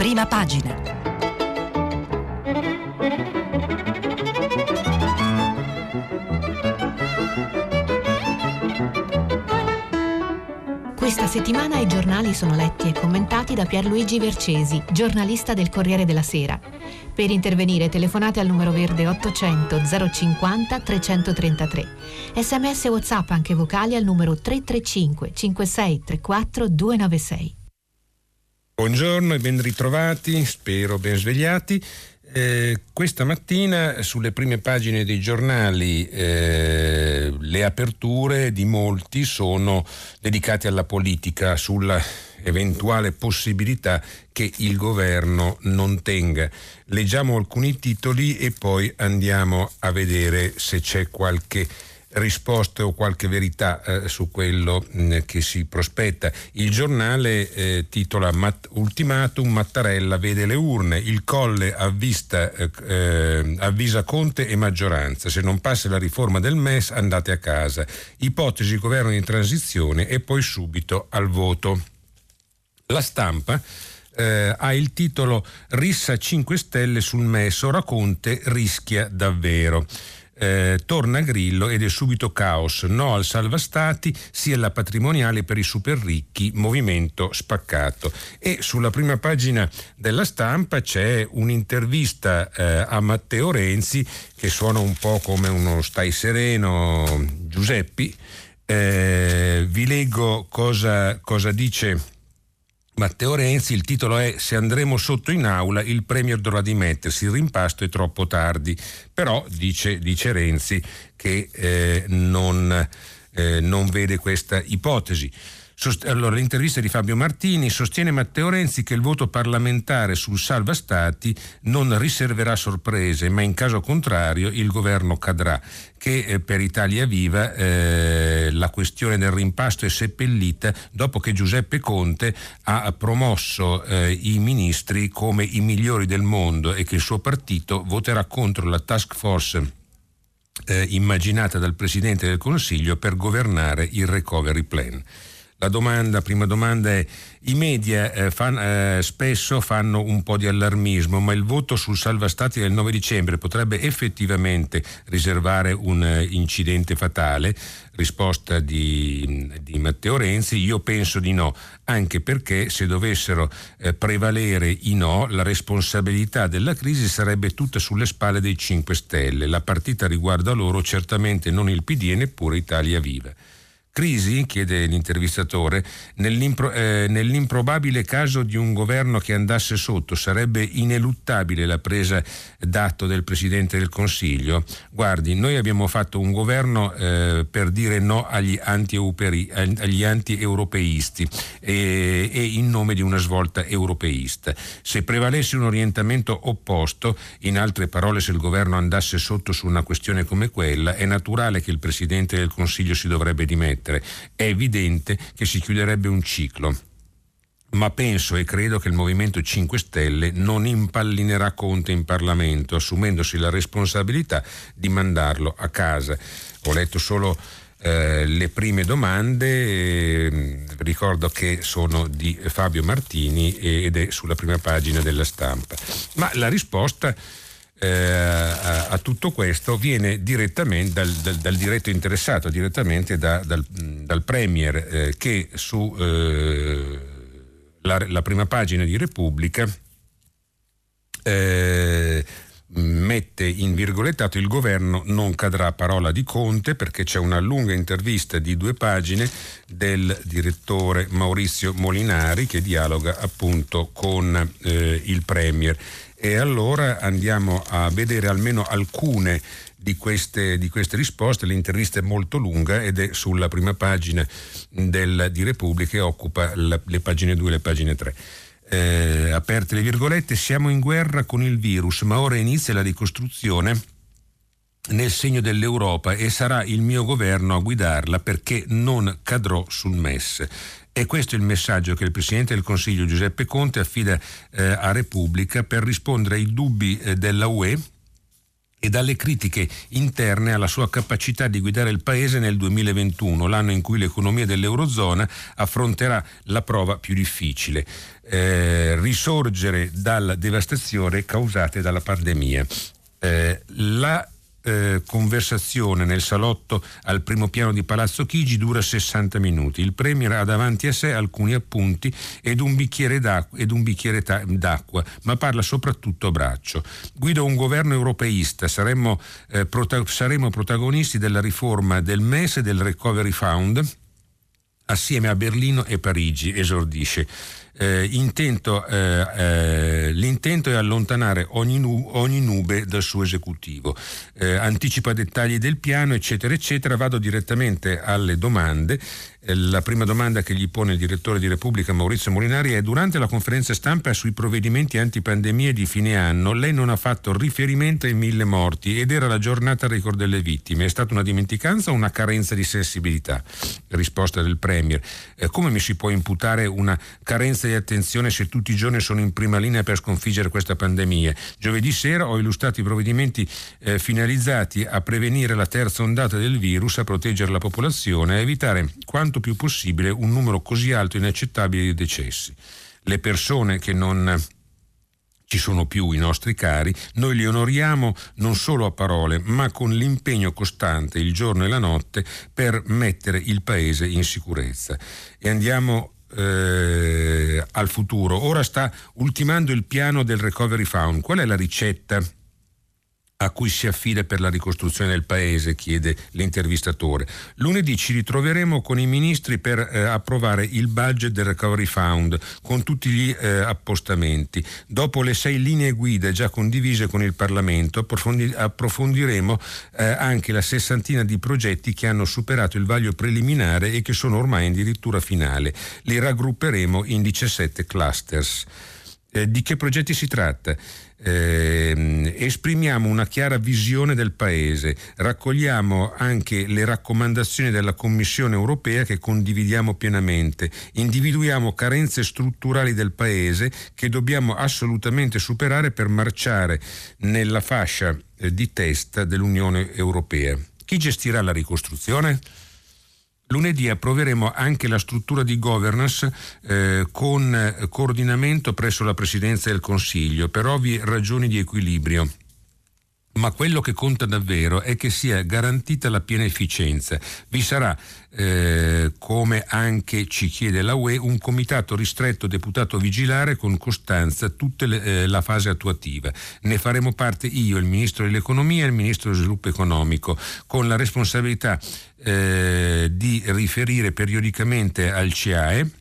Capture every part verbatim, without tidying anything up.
Prima pagina. Questa settimana i giornali sono letti e commentati da Pierluigi Vercesi, giornalista del Corriere della Sera. Per intervenire telefonate al numero verde ottocento zero cinquanta trecentotrentatré. Sms e WhatsApp anche vocali al numero tre tre cinque cinque sei tre quattro due nove sei. Buongiorno e ben ritrovati, spero ben svegliati. Eh, questa mattina sulle prime pagine dei giornali eh, le aperture di molti sono dedicate alla politica, sulla eventuale possibilità che il governo non tenga. Leggiamo alcuni titoli e poi andiamo a vedere se c'è qualche risposta o qualche verità eh, su quello mh, che si prospetta. Il giornale eh, titola Mat- Ultimatum, Mattarella vede le urne, il Colle avvista, eh, eh, avvisa Conte e maggioranza, se non passa la riforma del M E S andate a casa, ipotesi governo di transizione e poi subito al voto. La Stampa eh, ha il titolo Rissa cinque Stelle sul M E S, ora Conte rischia davvero. Eh, torna Grillo ed è subito caos, no al salva stati, sì alla patrimoniale per i super ricchi, movimento spaccato. E sulla prima pagina della Stampa c'è un'intervista eh, a Matteo Renzi che suona un po' come uno stai sereno Giuseppi. Eh, vi leggo cosa, cosa dice Matteo Renzi. Il titolo è Se andremo sotto in aula il premier dovrà dimettersi, il rimpasto è troppo tardi. Però dice, dice Renzi che eh, non, eh, non vede questa ipotesi. Sost- allora l'intervista di Fabio Martini: sostiene Matteo Renzi che il voto parlamentare sul salva stati non riserverà sorprese, ma in caso contrario il governo cadrà, che eh, per Italia Viva eh, la questione del rimpasto è seppellita dopo che Giuseppe Conte ha promosso eh, i ministri come i migliori del mondo e che il suo partito voterà contro la task force eh, immaginata dal Presidente del Consiglio per governare il recovery plan. La domanda, prima domanda è: i media eh, fan, eh, spesso fanno un po' di allarmismo, ma il voto sul salva stati del nove dicembre potrebbe effettivamente riservare un eh, incidente fatale? Risposta di, di Matteo Renzi: io penso di no, anche perché se dovessero eh, prevalere i no, la responsabilità della crisi sarebbe tutta sulle spalle dei cinque Stelle. La partita riguarda loro, certamente non il P D e neppure Italia Viva. Crisi, chiede l'intervistatore, nell'impro- eh, nell'improbabile caso di un governo che andasse sotto, sarebbe ineluttabile la presa d'atto del Presidente del Consiglio? Guardi, noi abbiamo fatto un governo eh, per dire no agli anti-europei, agli anti-europeisti e, e in nome di una svolta europeista. Se prevalesse un orientamento opposto, in altre parole se il governo andasse sotto su una questione come quella, è naturale che il Presidente del Consiglio si dovrebbe dimettere. È evidente che si chiuderebbe un ciclo, ma penso e credo che il Movimento cinque Stelle non impallinerà Conte in Parlamento, assumendosi la responsabilità di mandarlo a casa. Ho letto solo eh, le prime domande, eh, ricordo che sono di Fabio Martini ed è sulla prima pagina della Stampa. Ma la risposta Eh, a, a tutto questo viene direttamente dal, dal, dal diretto interessato, direttamente da, dal, dal Premier eh, che su eh, la, la prima pagina di Repubblica eh, mette in virgolettato: il governo non cadrà, parola di Conte, perché c'è una lunga intervista di due pagine del direttore Maurizio Molinari che dialoga appunto con eh, il Premier. E allora andiamo a vedere almeno alcune di queste, di queste risposte. L'intervista è molto lunga ed è sulla prima pagina del, di Repubblica e occupa la, le pagine due e le pagine tre. Eh, aperte le virgolette: siamo in guerra con il virus, ma ora inizia la ricostruzione nel segno dell'Europa e sarà il mio governo a guidarla, perché non cadrò sul M E S. E questo è il messaggio che il Presidente del Consiglio Giuseppe Conte affida eh, a Repubblica per rispondere ai dubbi eh, della U E e dalle critiche interne alla sua capacità di guidare il paese nel duemilaventuno, l'anno in cui l'economia dell'Eurozona affronterà la prova più difficile, eh, risorgere dalla devastazione causata dalla pandemia. Eh, la Eh, conversazione nel salotto al primo piano di Palazzo Chigi dura sessanta minuti. Il Premier ha davanti a sé alcuni appunti ed un bicchiere d'acqua, ed un bicchiere ta- d'acqua ma parla soprattutto a braccio. Guido un governo europeista, saremmo, eh, prota- saremo protagonisti della riforma del M E S e del Recovery Fund assieme a Berlino e Parigi, esordisce. Eh, intento, eh, eh, l'intento è allontanare ogni, nu- ogni nube dal suo esecutivo, eh, anticipa dettagli del piano, eccetera eccetera. Vado direttamente alle domande. Eh, la prima domanda che gli pone il direttore di Repubblica Maurizio Molinari è: durante la conferenza stampa sui provvedimenti antipandemia di fine anno lei non ha fatto riferimento ai mille morti ed era la giornata record delle vittime, è stata una dimenticanza o una carenza di sensibilità? Risposta del Premier: eh, come mi si può imputare una carenza di attenzione se tutti i giorni sono in prima linea per sconfiggere questa pandemia? Giovedì sera ho illustrato i provvedimenti eh, finalizzati a prevenire la terza ondata del virus, a proteggere la popolazione e a evitare quanto più possibile un numero così alto e inaccettabile di decessi. Le persone che non ci sono più, i nostri cari, noi li onoriamo non solo a parole, ma con l'impegno costante il giorno e la notte per mettere il paese in sicurezza. E andiamo Eh, al futuro. Ora sta ultimando il piano del Recovery Fund. Qual è la ricetta a cui si affida per la ricostruzione del paese? Chiede l'intervistatore. Lunedì ci ritroveremo con i ministri per eh, approvare il budget del Recovery Fund con tutti gli eh, appostamenti. Dopo le sei linee guida già condivise con il Parlamento, approfondi- approfondiremo eh, anche la sessantina di progetti che hanno superato il vaglio preliminare e che sono ormai addirittura finale. Li raggrupperemo in diciassette clusters. Eh, di che progetti si tratta? Eh, esprimiamo una chiara visione del paese, raccogliamo anche le raccomandazioni della Commissione europea che condividiamo pienamente, individuiamo carenze strutturali del paese che dobbiamo assolutamente superare per marciare nella fascia eh, di testa dell'Unione Europea. Chi gestirà la ricostruzione? Lunedì approveremo anche la struttura di governance eh, con eh, coordinamento presso la Presidenza del Consiglio per ovvie ragioni di equilibrio. Ma quello che conta davvero è che sia garantita la piena efficienza. Vi sarà, eh, come anche ci chiede la U E, un comitato ristretto deputato a vigilare con costanza tutta eh, la fase attuativa. Ne faremo parte io, il Ministro dell'Economia e il Ministro dello Sviluppo Economico, con la responsabilità eh, di riferire periodicamente al C A E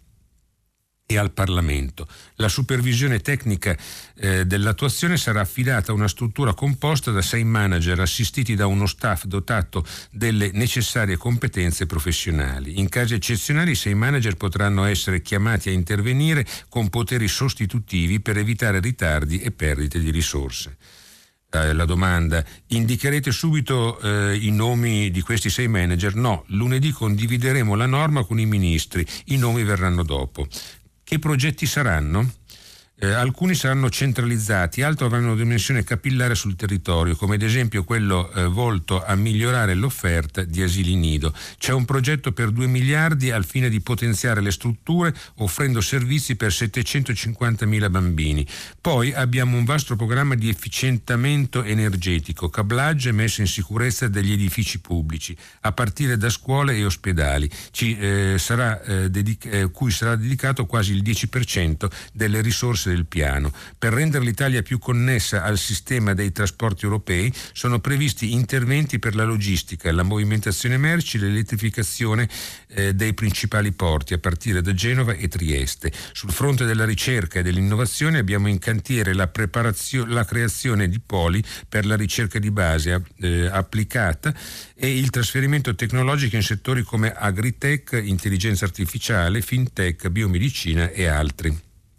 e al Parlamento. La supervisione tecnica eh, dell'attuazione sarà affidata a una struttura composta da sei manager assistiti da uno staff dotato delle necessarie competenze professionali. In casi eccezionali i sei manager potranno essere chiamati a intervenire con poteri sostitutivi per evitare ritardi e perdite di risorse. Eh, la domanda: indicherete subito eh, i nomi di questi sei manager? No, lunedì condivideremo la norma con i ministri, i nomi verranno dopo. Che progetti saranno? Eh, alcuni saranno centralizzati, altri avranno una dimensione capillare sul territorio, come ad esempio quello eh, volto a migliorare l'offerta di asili nido. C'è un progetto per due miliardi al fine di potenziare le strutture offrendo servizi per settecentocinquantamila bambini. Poi abbiamo un vasto programma di efficientamento energetico, cablaggio e messa in sicurezza degli edifici pubblici, a partire da scuole e ospedali, Ci, eh, sarà, eh, dedic- eh, cui sarà dedicato quasi il dieci per cento delle risorse del piano. Per rendere l'Italia più connessa al sistema dei trasporti europei sono previsti interventi per la logistica, la movimentazione merci, l'elettrificazione eh, dei principali porti a partire da Genova e Trieste. Sul fronte della ricerca e dell'innovazione abbiamo in cantiere la preparazione, la creazione di poli per la ricerca di base eh, applicata e il trasferimento tecnologico in settori come agritech, intelligenza artificiale, fintech, biomedicina e altri.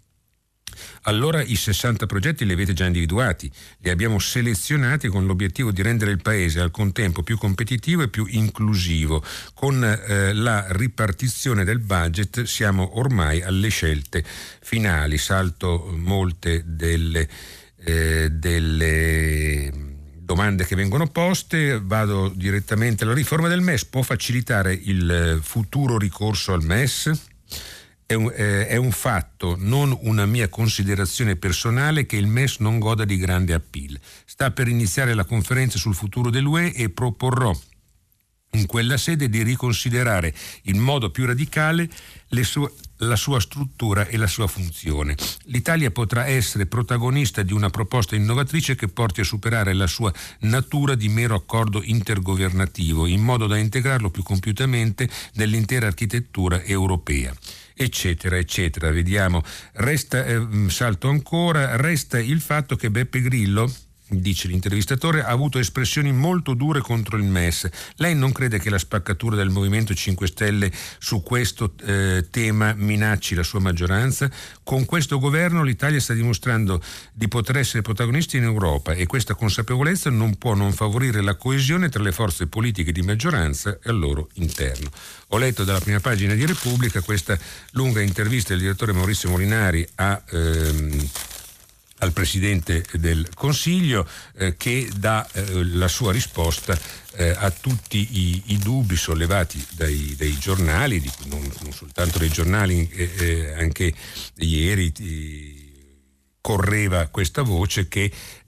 Allora i sessanta progetti li avete già individuati, li abbiamo selezionati con l'obiettivo di rendere il paese al contempo più competitivo e più inclusivo. Con eh, la ripartizione del budget siamo ormai alle scelte finali, salto molte delle, eh, delle domande che vengono poste, vado direttamente alla riforma del M E S. Può facilitare il futuro ricorso al M E S? È un, eh, è un fatto, non una mia considerazione personale, che il M E S non goda di grande appeal. Sta per iniziare la conferenza sul futuro dell'U E e proporrò in quella sede di riconsiderare in modo più radicale le sue, la sua struttura e la sua funzione. L'Italia potrà essere protagonista di una proposta innovatrice che porti a superare la sua natura di mero accordo intergovernativo, in modo da integrarlo più compiutamente nell'intera architettura europea. Eccetera, eccetera. Vediamo. Resta, eh, salto ancora, resta il fatto che Beppe Grillo, dice l'intervistatore, ha avuto espressioni molto dure contro il M E S. Lei non crede che la spaccatura del Movimento cinque Stelle su questo eh, tema minacci la sua maggioranza? Con questo governo l'Italia sta dimostrando di poter essere protagonisti in Europa e questa consapevolezza non può non favorire la coesione tra le forze politiche di maggioranza e al loro interno. Ho letto dalla prima pagina di Repubblica questa lunga intervista del direttore Maurizio Molinari a ehm, al Presidente del Consiglio, eh, che dà eh, la sua risposta eh, a tutti i, i dubbi sollevati dai, dai giornali, di, non, non soltanto dai giornali, eh, eh, anche ieri eh, correva questa voce che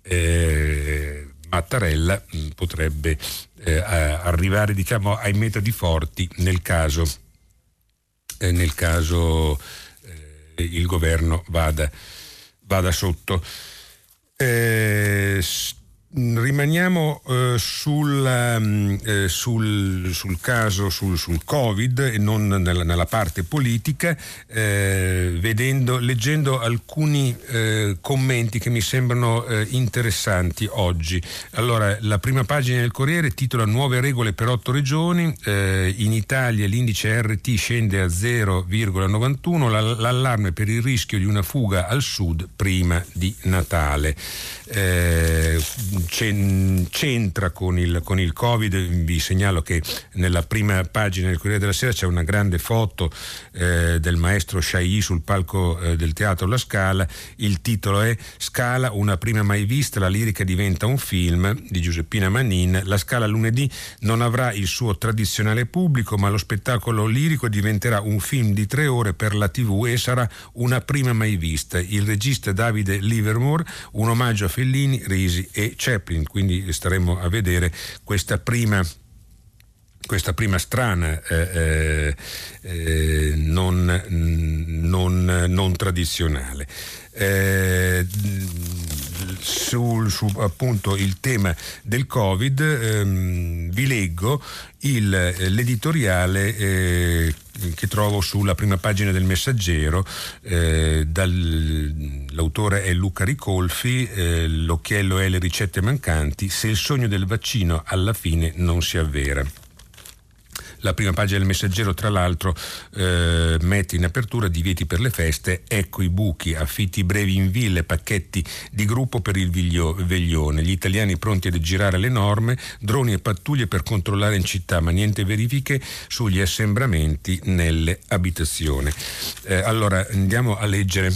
eh, Mattarella mh, potrebbe eh, arrivare, diciamo, ai metodi forti nel caso, eh, nel caso eh, il governo vada vada sotto. Eh, rimaniamo eh, sul, eh, sul, sul caso, sul, sul Covid e non nella, nella parte politica, eh, vedendo, leggendo alcuni eh, commenti che mi sembrano eh, interessanti oggi. Allora, la prima pagina del Corriere titola "Nuove regole per otto regioni, eh, in Italia l'indice R T scende a zero virgola novantuno, l'allarme per il rischio di una fuga al sud prima di Natale". Eh, c'entra con il, con il Covid. Vi segnalo che nella prima pagina del Corriere della Sera c'è una grande foto eh, del maestro Chailly sul palco eh, del Teatro La Scala. Il titolo è "Scala, una prima mai vista, la lirica diventa un film", di Giuseppina Manin. La Scala lunedì non avrà il suo tradizionale pubblico, ma lo spettacolo lirico diventerà un film di tre ore per la tivù e sarà una prima mai vista. Il regista Davide Livermore, un omaggio a Fellini, Risi e Chaplin. Quindi staremo a vedere questa prima questa prima strana eh, eh, non, non, non tradizionale. Eh, sul, su appunto il tema del Covid ehm, vi leggo il, l'editoriale eh, che trovo sulla prima pagina del Messaggero. Eh, dal, l'autore è Luca Ricolfi. eh, l'occhiello è "Le ricette mancanti, se il sogno del vaccino alla fine non si avvera". La prima pagina del Messaggero, tra l'altro, eh, mette in apertura divieti per le feste, ecco i buchi, affitti brevi in ville, pacchetti di gruppo per il viglio, veglione, gli italiani pronti ad aggirare le norme, droni e pattuglie per controllare in città, ma niente verifiche sugli assembramenti nelle abitazioni. Eh, allora andiamo a leggere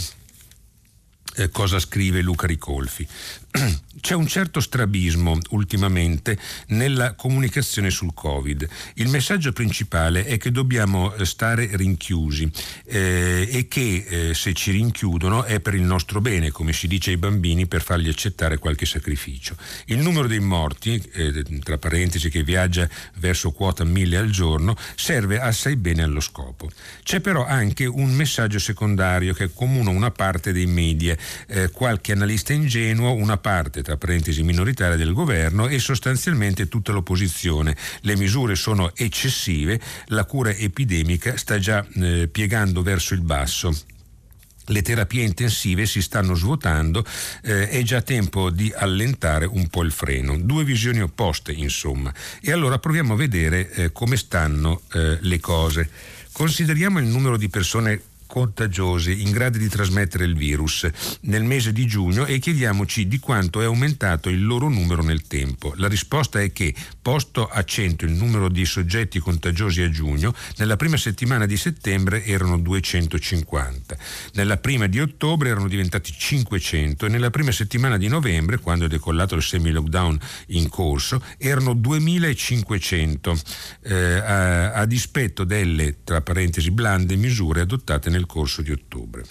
eh, cosa scrive Luca Ricolfi. C'è un certo strabismo ultimamente nella comunicazione sul Covid. Il messaggio principale è che dobbiamo stare rinchiusi eh, e che eh, se ci rinchiudono è per il nostro bene, come si dice ai bambini, per fargli accettare qualche sacrificio. Il numero dei morti, eh, tra parentesi, che viaggia verso quota mille al giorno, serve assai bene allo scopo. C'è però anche un messaggio secondario che accomuna una parte dei media, eh, qualche analista ingenuo, una parte, tra parentesi, minoritaria del governo e sostanzialmente tutta l'opposizione. Le misure sono eccessive, la cura epidemica sta già eh, piegando verso il basso. Le terapie intensive si stanno svuotando, eh, è già tempo di allentare un po' il freno. Due visioni opposte, insomma. E allora proviamo a vedere eh, come stanno eh, le cose. Consideriamo il numero di persone contagiosi in grado di trasmettere il virus nel mese di giugno e chiediamoci di quanto è aumentato il loro numero nel tempo. La risposta è che, posto a cento il numero di soggetti contagiosi a giugno, nella prima settimana di settembre erano duecentocinquanta, nella prima di ottobre erano diventati cinquecento e nella prima settimana di novembre, quando è decollato il semi-lockdown in corso, erano duemilacinquecento, eh, a, a dispetto delle, tra parentesi, blande misure adottate nel corso di ottobre.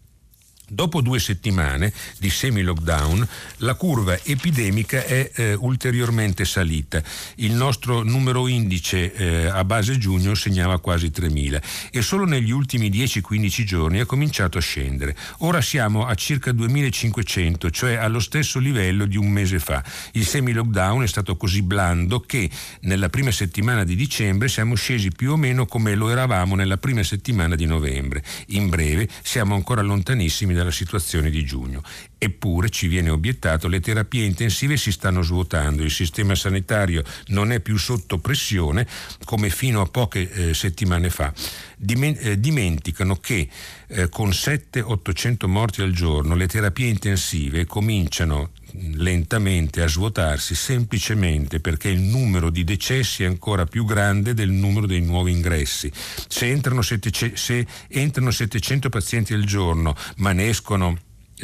Dopo due settimane di semi-lockdown, la curva epidemica è eh, ulteriormente salita. Il nostro numero indice eh, a base giugno segnava quasi tremila e solo negli ultimi dieci quindici giorni è cominciato a scendere. Ora siamo a circa duemilacinquecento, cioè allo stesso livello di un mese fa. Il semi-lockdown è stato così blando che nella prima settimana di dicembre siamo scesi più o meno come lo eravamo nella prima settimana di novembre. In breve, siamo ancora lontanissimi dalla situazione di giugno. Eppure, ci viene obiettato, le terapie intensive si stanno svuotando, il sistema sanitario non è più sotto pressione come fino a poche eh, settimane fa. Dimen- eh, dimenticano che eh, con settecento ottocento morti al giorno le terapie intensive cominciano lentamente a svuotarsi semplicemente perché il numero di decessi è ancora più grande del numero dei nuovi ingressi. Se entrano, settecento, se entrano settecento pazienti al giorno ma ne escono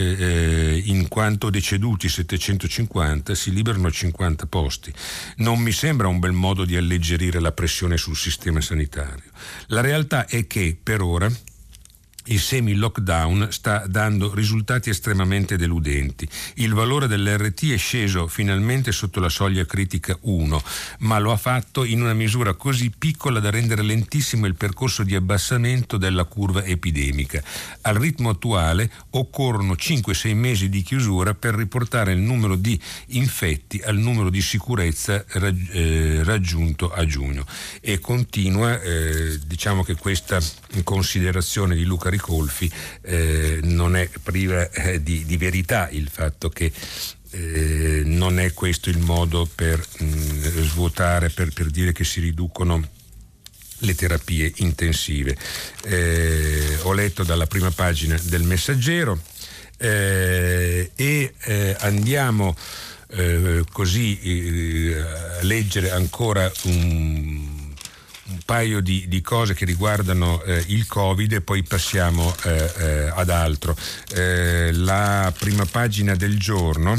eh, in quanto deceduti settecentocinquanta, si liberano cinquanta posti. Non mi sembra un bel modo di alleggerire la pressione sul sistema sanitario. La realtà è che per ora il semi-lockdown sta dando risultati estremamente deludenti. Il valore dell'R T è sceso finalmente sotto la soglia critica uno, ma lo ha fatto in una misura così piccola da rendere lentissimo il percorso di abbassamento della curva epidemica. Al ritmo attuale occorrono cinque sei mesi di chiusura per riportare il numero di infetti al numero di sicurezza raggi- eh, raggiunto a giugno. E continua, eh, diciamo che questa considerazione di Luca Ricolfi eh, non è priva eh, di, di verità, il fatto che eh, non è questo il modo per mh, svuotare, per, per dire che si riducono le terapie intensive. Eh, ho letto dalla prima pagina del Messaggero eh, e eh, andiamo eh, così eh, a leggere ancora un un paio di, di cose che riguardano eh, il Covid e poi passiamo eh, eh, ad altro. Eh, la prima pagina del Giorno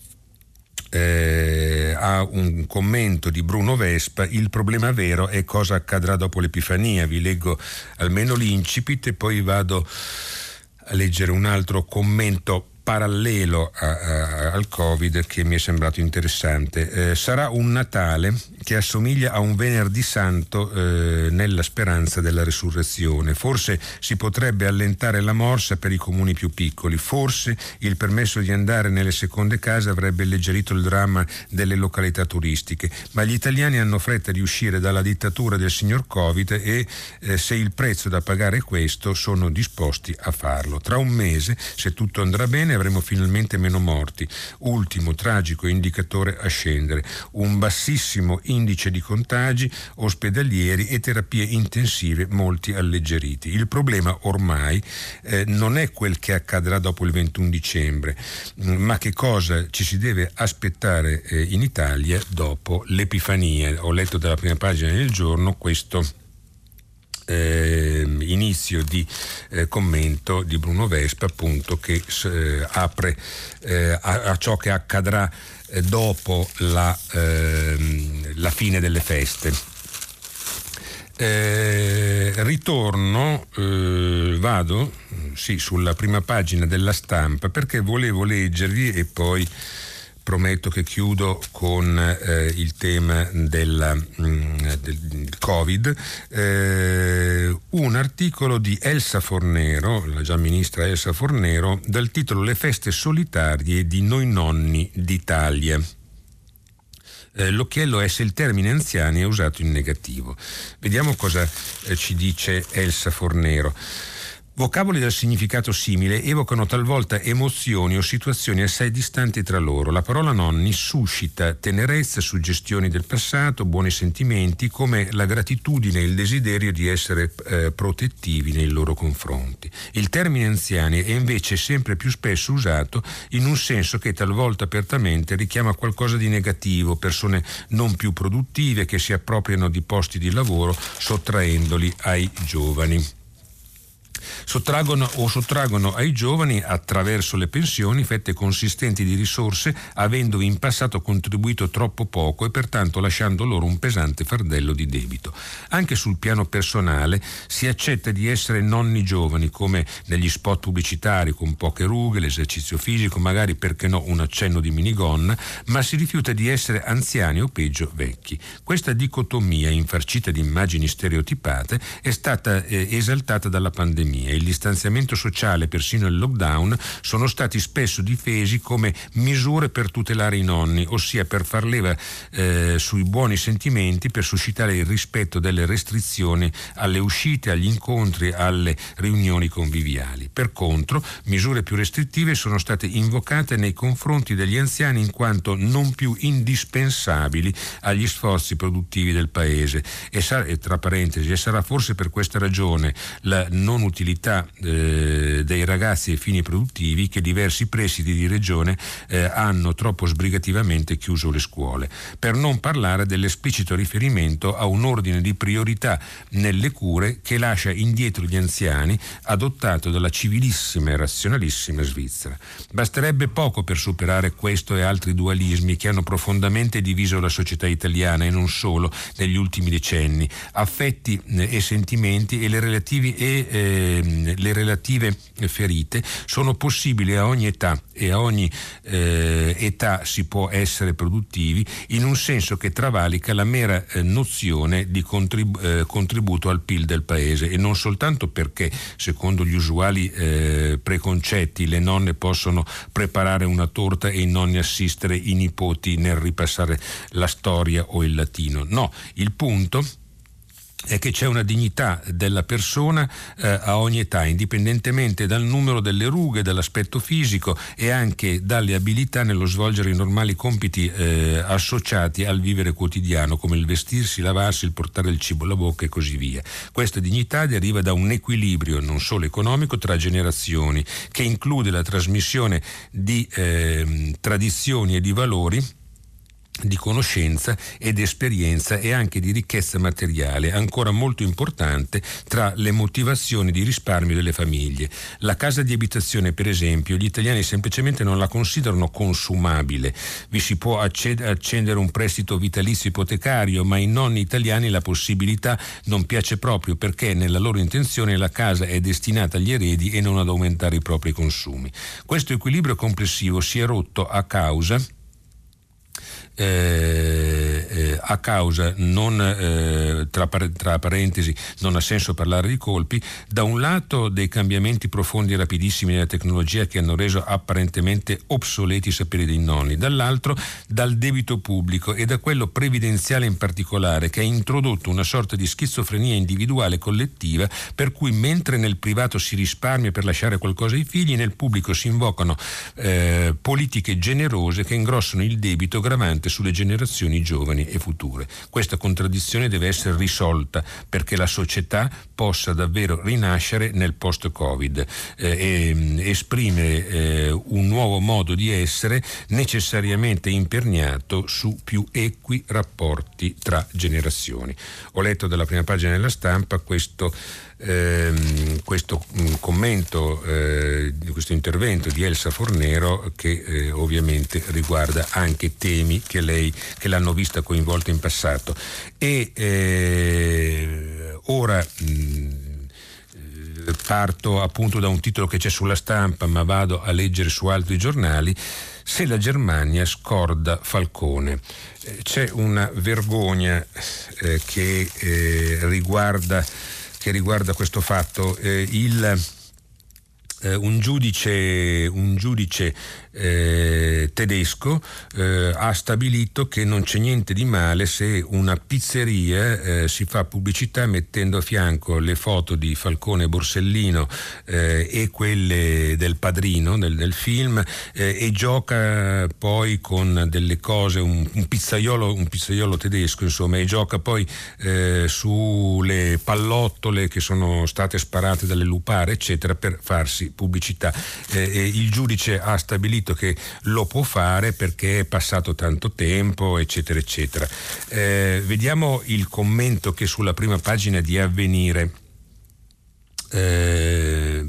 eh, ha un commento di Bruno Vespa: il problema vero è cosa accadrà dopo l'Epifania. Vi leggo almeno l'incipit e poi vado a leggere un altro commento parallelo a, a, al Covid che mi è sembrato interessante. Eh, sarà un Natale che assomiglia a un Venerdì Santo eh, nella speranza della resurrezione. Forse si potrebbe allentare la morsa per i comuni più piccoli, forse il permesso di andare nelle seconde case avrebbe alleggerito il dramma delle località turistiche, ma gli italiani hanno fretta di uscire dalla dittatura del signor Covid e eh, se il prezzo da pagare è questo, sono disposti a farlo. Tra un mese, se tutto andrà bene, avremo finalmente meno morti. Ultimo tragico indicatore a scendere, un bassissimo indice di contagi ospedalieri e terapie intensive molti alleggeriti. Il problema ormai eh, non è quel che accadrà dopo il ventuno dicembre, ma che cosa ci si deve aspettare eh, in Italia dopo l'Epifania. Ho letto dalla prima pagina del Giorno questo Eh, inizio di eh, commento di Bruno Vespa, appunto, che eh, apre eh, a, a ciò che accadrà eh, dopo la, eh, la fine delle feste. Eh, ritorno, eh, vado sì, sulla prima pagina della Stampa perché volevo leggervi e poi prometto che chiudo con eh, il tema della, mh, del Covid, eh, un articolo di Elsa Fornero, la già ministra Elsa Fornero, dal titolo Le feste solitarie di noi nonni d'Italia. Eh, l'occhiello è se il termine anziani è usato in negativo. Vediamo cosa eh, ci dice Elsa Fornero. Vocaboli dal significato simile evocano talvolta emozioni o situazioni assai distanti tra loro. La parola nonni suscita tenerezza, suggestioni del passato, buoni sentimenti, come la gratitudine e il desiderio di essere eh, protettivi nei loro confronti. Il termine anziani è invece sempre più spesso usato in un senso che talvolta apertamente richiama qualcosa di negativo, persone non più produttive che si appropriano di posti di lavoro sottraendoli ai giovani. Sottraggono o sottraggono ai giovani attraverso le pensioni fette consistenti di risorse, avendo in passato contribuito troppo poco e pertanto lasciando loro un pesante fardello di debito. Anche sul piano personale si accetta di essere nonni giovani, come negli spot pubblicitari, con poche rughe, l'esercizio fisico, magari perché no un accenno di minigonna, ma si rifiuta di essere anziani o peggio vecchi. Questa dicotomia infarcita di immagini stereotipate è stata eh, esaltata dalla pandemia. Il distanziamento sociale, persino il lockdown, sono stati spesso difesi come misure per tutelare i nonni, ossia per far leva eh, sui buoni sentimenti, per suscitare il rispetto delle restrizioni alle uscite, agli incontri, alle riunioni conviviali. Per contro, misure più restrittive sono state invocate nei confronti degli anziani in quanto non più indispensabili agli sforzi produttivi del paese. E, sa- e tra parentesi, e sarà forse per questa ragione la non utilizzazione Eh, dei ragazzi ai fini produttivi che diversi presidi di regione eh, hanno troppo sbrigativamente chiuso le scuole, per non parlare dell'esplicito riferimento a un ordine di priorità nelle cure che lascia indietro gli anziani, adottato dalla civilissima e razionalissima Svizzera. Basterebbe poco per superare questo e altri dualismi che hanno profondamente diviso la società italiana e non solo negli ultimi decenni, affetti eh, e sentimenti e le relativi e eh, le relative ferite sono possibili a ogni età e a ogni eh, età si può essere produttivi, in un senso che travalica la mera eh, nozione di contrib- eh, contributo al P I L del paese, e non soltanto perché, secondo gli usuali eh, preconcetti, le nonne possono preparare una torta e i nonni assistere i nipoti nel ripassare la storia o il latino. No, il punto è che c'è una dignità della persona eh, a ogni età, indipendentemente dal numero delle rughe, dall'aspetto fisico e anche dalle abilità nello svolgere i normali compiti eh, associati al vivere quotidiano, come il vestirsi, lavarsi, il portare il cibo alla bocca e così via. Questa dignità deriva da un equilibrio non solo economico tra generazioni, che include la trasmissione di eh, tradizioni e di valori, di conoscenza ed esperienza e anche di ricchezza materiale, ancora molto importante tra le motivazioni di risparmio delle famiglie. La casa di abitazione, per esempio, gli italiani semplicemente non la considerano consumabile. Vi si può acced- accendere un prestito vitalizio ipotecario, ma ai nonni italiani la possibilità non piace proprio, perché nella loro intenzione la casa è destinata agli eredi e non ad aumentare i propri consumi. Questo equilibrio complessivo si è rotto a causa Eh, eh, a causa, non, eh, tra, tra parentesi, non ha senso parlare di colpi, da un lato dei cambiamenti profondi e rapidissimi della tecnologia che hanno reso apparentemente obsoleti i saperi dei nonni, dall'altro dal debito pubblico e da quello previdenziale in particolare, che ha introdotto una sorta di schizofrenia individuale e collettiva, per cui mentre nel privato si risparmia per lasciare qualcosa ai figli, nel pubblico si invocano eh, politiche generose che ingrossano il debito gravante sulle generazioni giovani e future. Questa contraddizione deve essere risolta perché la società possa davvero rinascere nel post-Covid eh, e esprimere eh, un nuovo modo di essere necessariamente imperniato su più equi rapporti tra generazioni. Ho letto dalla prima pagina della Stampa questo Ehm, questo mh, commento, eh, di questo intervento di Elsa Fornero, che eh, ovviamente riguarda anche temi che lei che l'hanno vista coinvolta in passato. E eh, ora mh, parto appunto da un titolo che c'è sulla Stampa, ma vado a leggere su altri giornali. Se la Germania scorda Falcone. Eh, c'è una vergogna eh, che eh, riguarda che riguarda questo fatto. Eh, il Eh, un giudice, un giudice eh, tedesco eh, ha stabilito che non c'è niente di male se una pizzeria eh, si fa pubblicità mettendo a fianco le foto di Falcone e Borsellino eh, e quelle del Padrino, del, del film, eh, e gioca poi con delle cose, un, un pizzaiolo, un pizzaiolo tedesco insomma, e gioca poi eh, sulle pallottole che sono state sparate dalle lupare eccetera per farsi pubblicità. Eh, il giudice ha stabilito che lo può fare perché è passato tanto tempo eccetera eccetera. Eh, vediamo il commento che sulla prima pagina di Avvenire Eh,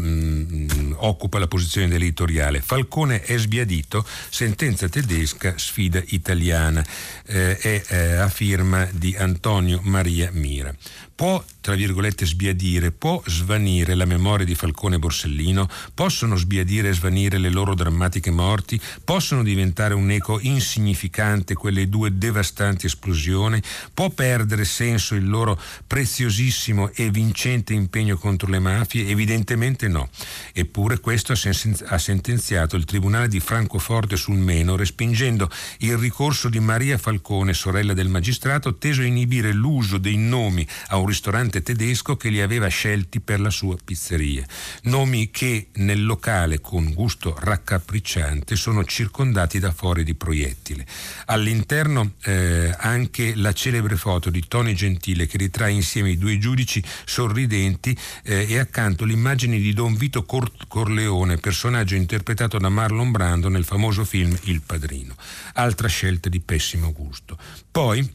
occupa la posizione dell'editoriale. Falcone è sbiadito, sentenza tedesca, sfida italiana, eh, è eh, a firma di Antonio Maria Mira. Può, tra virgolette, sbiadire, può svanire la memoria di Falcone e Borsellino? Possono sbiadire e svanire le loro drammatiche morti? Possono diventare un eco insignificante quelle due devastanti esplosioni? Può perdere senso il loro preziosissimo e vincente impegno contro le mafie? Evidentemente no. Eppure questo ha sentenziato il Tribunale di Francoforte sul Meno, respingendo il ricorso di Maria Falcone, sorella del magistrato, teso a inibire l'uso dei nomi a un ristorante tedesco che li aveva scelti per la sua pizzeria. Nomi che nel locale con gusto raccapricciante sono circondati da fori di proiettile. All'interno eh, anche la celebre foto di Tony Gentile che ritrae insieme i due giudici sorridenti eh, e accanto l'immagine di Don Vito Cor- Corleone, personaggio interpretato da Marlon Brando nel famoso film Il Padrino. Altra scelta di pessimo gusto. Poi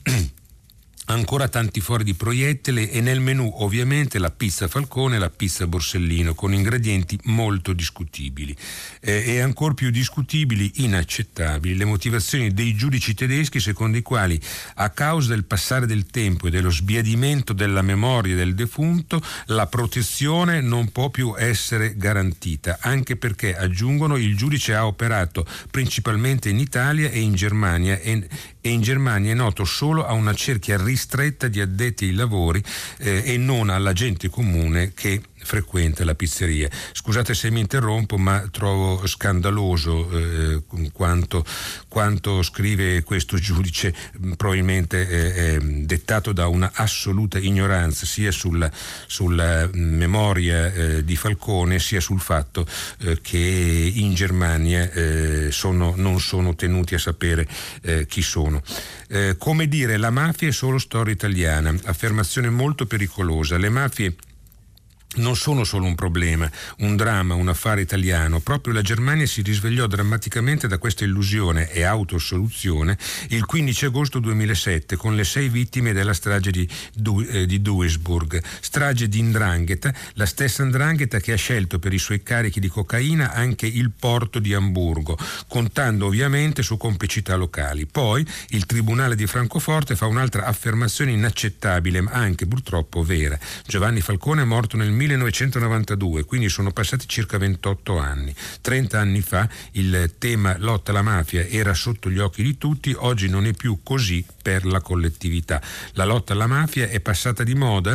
ancora tanti fori di proiettile e nel menù ovviamente la pizza Falcone e la pizza Borsellino con ingredienti molto discutibili eh, e ancor più discutibili, inaccettabili, le motivazioni dei giudici tedeschi secondo i quali a causa del passare del tempo e dello sbiadimento della memoria del defunto la protezione non può più essere garantita, anche perché, aggiungono, il giudice ha operato principalmente in Italia e in Germania e, e in Germania è noto solo a una cerchia ristretta di addetti ai lavori eh, e non alla gente comune che frequenta la pizzeria. Scusate se mi interrompo, ma trovo scandaloso eh, quanto, quanto scrive questo giudice, probabilmente eh, eh, dettato da una assoluta ignoranza sia sulla, sulla memoria eh, di Falcone sia sul fatto eh, che in Germania eh, sono, non sono tenuti a sapere eh, chi sono. Eh, come dire, la mafia è solo storia italiana, affermazione molto pericolosa. Le mafie non sono solo un problema, un dramma, un affare italiano. Proprio la Germania si risvegliò drammaticamente da questa illusione e autosoluzione il quindici agosto duemilasette con le sei vittime della strage di, du- eh, di Duisburg, strage di 'ndrangheta, la stessa 'ndrangheta che ha scelto per i suoi carichi di cocaina anche il porto di Amburgo, contando ovviamente su complicità locali. Poi il Tribunale di Francoforte fa un'altra affermazione inaccettabile, ma anche purtroppo vera. Giovanni Falcone è morto nel millenovecentonovantadue, quindi sono passati circa ventotto anni. trenta anni fa il tema lotta alla mafia era sotto gli occhi di tutti, oggi non è più così per la collettività. La lotta alla mafia è passata di moda?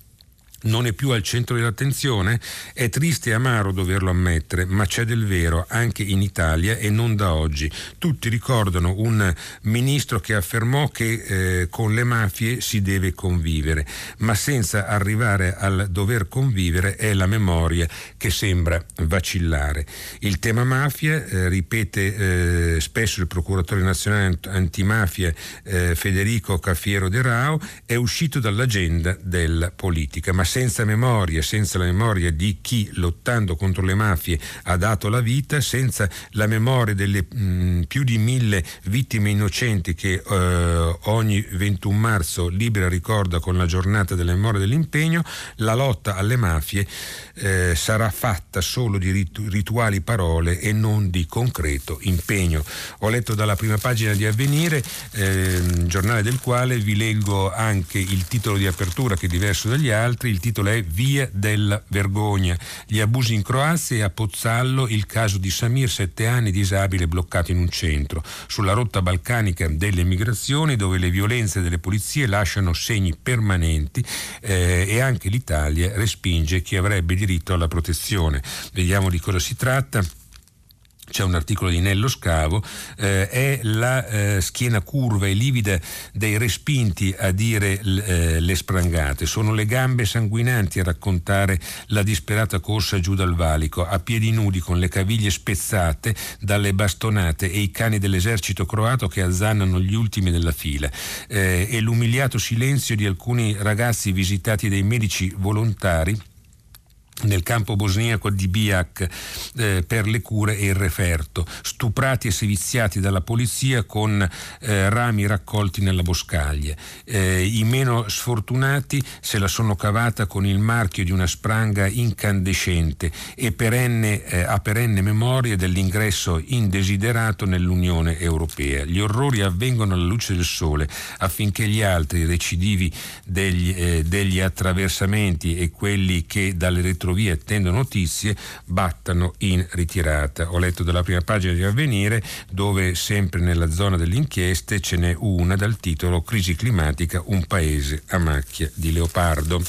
Non è più al centro dell'attenzione? È triste e amaro doverlo ammettere, ma c'è del vero anche in Italia e non da oggi. Tutti ricordano un ministro che affermò che eh, con le mafie si deve convivere, ma senza arrivare al dover convivere è la memoria che sembra vacillare. Il tema mafia, eh, ripete eh, spesso il procuratore nazionale antimafia eh, Federico Cafiero De Rao, è uscito dall'agenda della politica, ma senza memoria, senza la memoria di chi lottando contro le mafie ha dato la vita, senza la memoria delle mh, più di mille vittime innocenti che eh, ogni ventuno marzo Libera ricorda con la giornata della memoria dell'impegno, la lotta alle mafie eh, sarà fatta solo di ritu- rituali parole e non di concreto impegno. Ho letto dalla prima pagina di Avvenire, eh, giornale del quale vi leggo anche il titolo di apertura che è diverso dagli altri. Il titolo è Via della vergogna, gli abusi in Croazia e a Pozzallo il caso di Samir, sette anni, disabile, bloccato in un centro. Sulla rotta balcanica delle migrazioni, dove le violenze delle polizie lasciano segni permanenti eh, e anche l'Italia respinge chi avrebbe diritto alla protezione. Vediamo di cosa si tratta. C'è un articolo di Nello Scavo, eh, è la eh, schiena curva e livida dei respinti a dire eh, le sprangate, sono le gambe sanguinanti a raccontare la disperata corsa giù dal valico, a piedi nudi con le caviglie spezzate dalle bastonate e i cani dell'esercito croato che azzannano gli ultimi della fila, eh, e l'umiliato silenzio di alcuni ragazzi visitati dai medici volontari nel campo bosniaco di Bijak eh, per le cure e il referto, stuprati e seviziati dalla polizia con eh, rami raccolti nella boscaglia. Eh, I meno sfortunati se la sono cavata con il marchio di una spranga incandescente e perenne, eh, a perenne memoria dell'ingresso indesiderato nell'Unione Europea. Gli orrori avvengono alla luce del sole affinché gli altri recidivi degli, eh, degli attraversamenti e quelli che dalle retrovie via attendo notizie battano in ritirata. Ho letto dalla prima pagina di Avvenire, dove sempre nella zona delle inchieste ce n'è una dal titolo Crisi climatica, un paese a macchia di leopardo.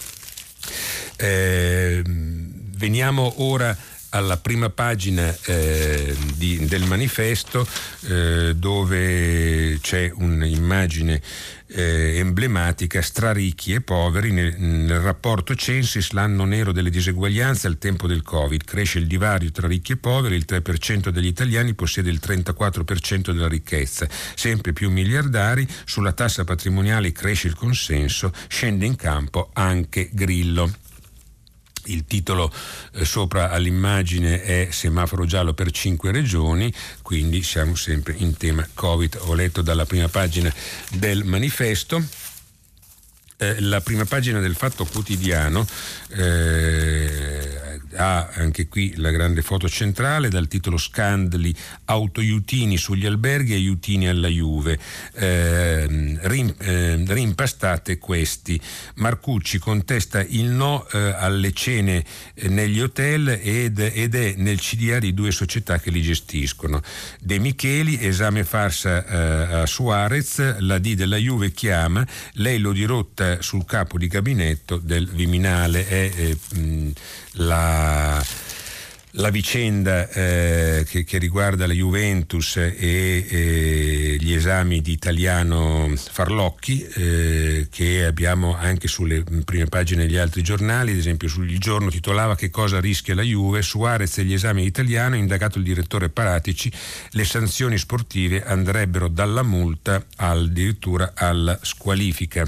Eh, veniamo ora alla prima pagina eh, di, del manifesto, eh, dove c'è un'immagine eh, emblematica: straricchi e poveri. Nel, nel rapporto Censis, l'anno nero delle diseguaglianze al tempo del Covid, cresce il divario tra ricchi e poveri, il tre per cento degli italiani possiede il trentaquattro per cento della ricchezza, sempre più miliardari, sulla tassa patrimoniale cresce il consenso, scende in campo anche Grillo. Il titolo eh, sopra all'immagine è Semaforo giallo per cinque regioni, quindi siamo sempre in tema Covid. Ho letto dalla prima pagina del manifesto. Eh, la prima pagina del Fatto Quotidiano eh, ha anche qui la grande foto centrale dal titolo Scandali, autoiutini sugli alberghi e aiutini alla Juve, eh, rim, eh, rimpastate questi. Marcucci contesta il no eh, alle cene eh, negli hotel ed, ed è nel C D A di due società che li gestiscono. De Micheli, esame farsa eh, a Suarez, la D della Juve chiama, lei lo dirotta sul capo di gabinetto del Viminale. È eh, mh, la, la vicenda eh, che, che riguarda la Juventus e, e gli esami di Italiano Farlocchi, eh, che abbiamo anche sulle prime pagine degli altri giornali. Ad esempio sul Giorno titolava Che cosa rischia la Juve, Suarez e gli esami di Italiano, indagato il direttore Paratici, le sanzioni sportive andrebbero dalla multa addirittura alla squalifica.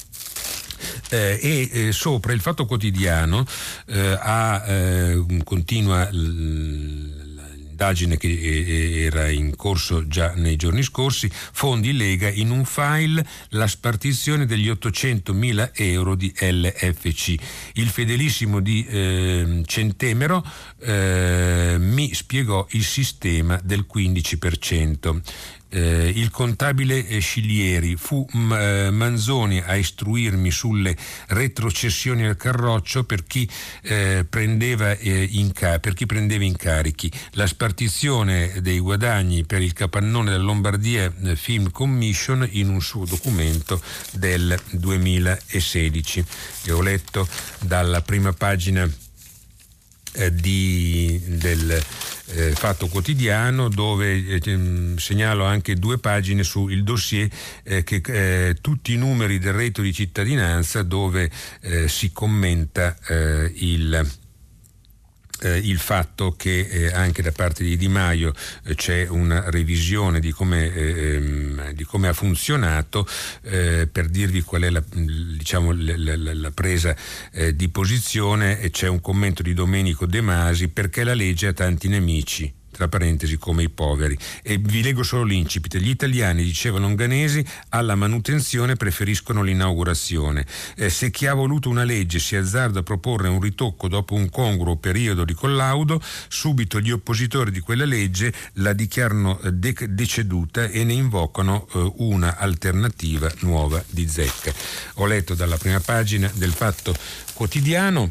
Eh, e eh, sopra il Fatto Quotidiano eh, ha eh, continua l'indagine che eh, era in corso già nei giorni scorsi. Fondi Lega, in un file la spartizione degli ottocentomila euro di L F C. Il fedelissimo di eh, Centemero eh, mi spiegò il sistema del quindici per cento. Eh, il contabile eh, Sciglieri, fu m- eh, Manzoni a istruirmi sulle retrocessioni al Carroccio per chi, eh, prendeva, eh, inca- per chi prendeva incarichi. La spartizione dei guadagni per il capannone della Lombardia eh, Film Commission in un suo documento del duemilasedici. E ho letto dalla prima pagina eh, di, del Eh, Fatto Quotidiano, dove eh, segnalo anche due pagine sul dossier eh, che eh, tutti i numeri del reddito di cittadinanza, dove eh, si commenta eh, il Eh, il fatto che eh, anche da parte di Di Maio eh, c'è una revisione di come, eh, di come ha funzionato, eh, per dirvi qual è la, diciamo, la, la, la presa eh, di posizione. E c'è un commento di Domenico De Masi: perché la legge ha tanti nemici, tra parentesi come i poveri. E vi leggo solo l'incipit: gli italiani, diceva Longanesi, alla manutenzione preferiscono l'inaugurazione. Eh, se chi ha voluto una legge si azzarda a proporre un ritocco dopo un congruo periodo di collaudo, subito gli oppositori di quella legge la dichiarano de- deceduta e ne invocano eh, una alternativa nuova di zecca. Ho letto dalla prima pagina del Fatto Quotidiano.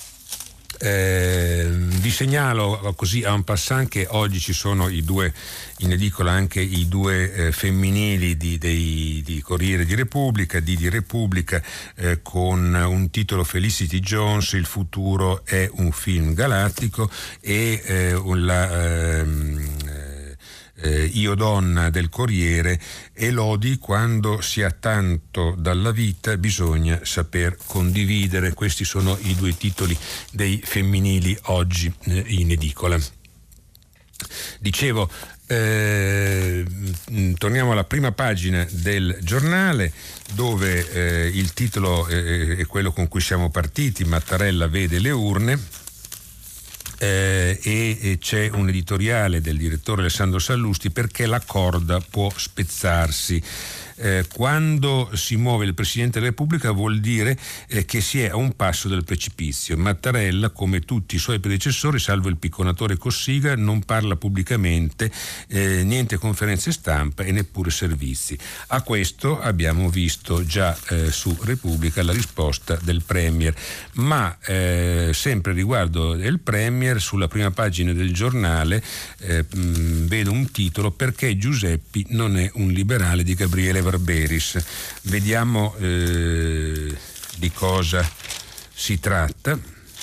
Eh, vi segnalo così en passant che oggi ci sono i due, in edicola anche i due eh, femminili di, dei, di Corriere di Repubblica, di, di Repubblica, eh, con un titolo Felicity Jones, il futuro è un film galattico, e eh, la eh, Eh, Io donna del Corriere, Elodie, quando si ha tanto dalla vita bisogna saper condividere. Questi sono i due titoli dei femminili oggi eh, in edicola. Dicevo, eh, torniamo alla prima pagina del giornale, dove eh, il titolo è, è quello con cui siamo partiti: Mattarella vede le urne. Eh, e, e c'è un editoriale del direttore Alessandro Sallusti: perché la corda può spezzarsi. Eh, quando si muove il Presidente della Repubblica vuol dire eh, che si è a un passo dal precipizio. Mattarella, come tutti i suoi predecessori, salvo il picconatore Cossiga, non parla pubblicamente, eh, niente conferenze stampa e neppure servizi. A questo abbiamo visto già eh, su Repubblica la risposta del Premier, ma eh, sempre riguardo del Premier, sulla prima pagina del giornale eh, mh, vedo un titolo: perché Giuseppi non è un liberale, di Gabriele Barberis. Vediamo eh, di cosa si tratta.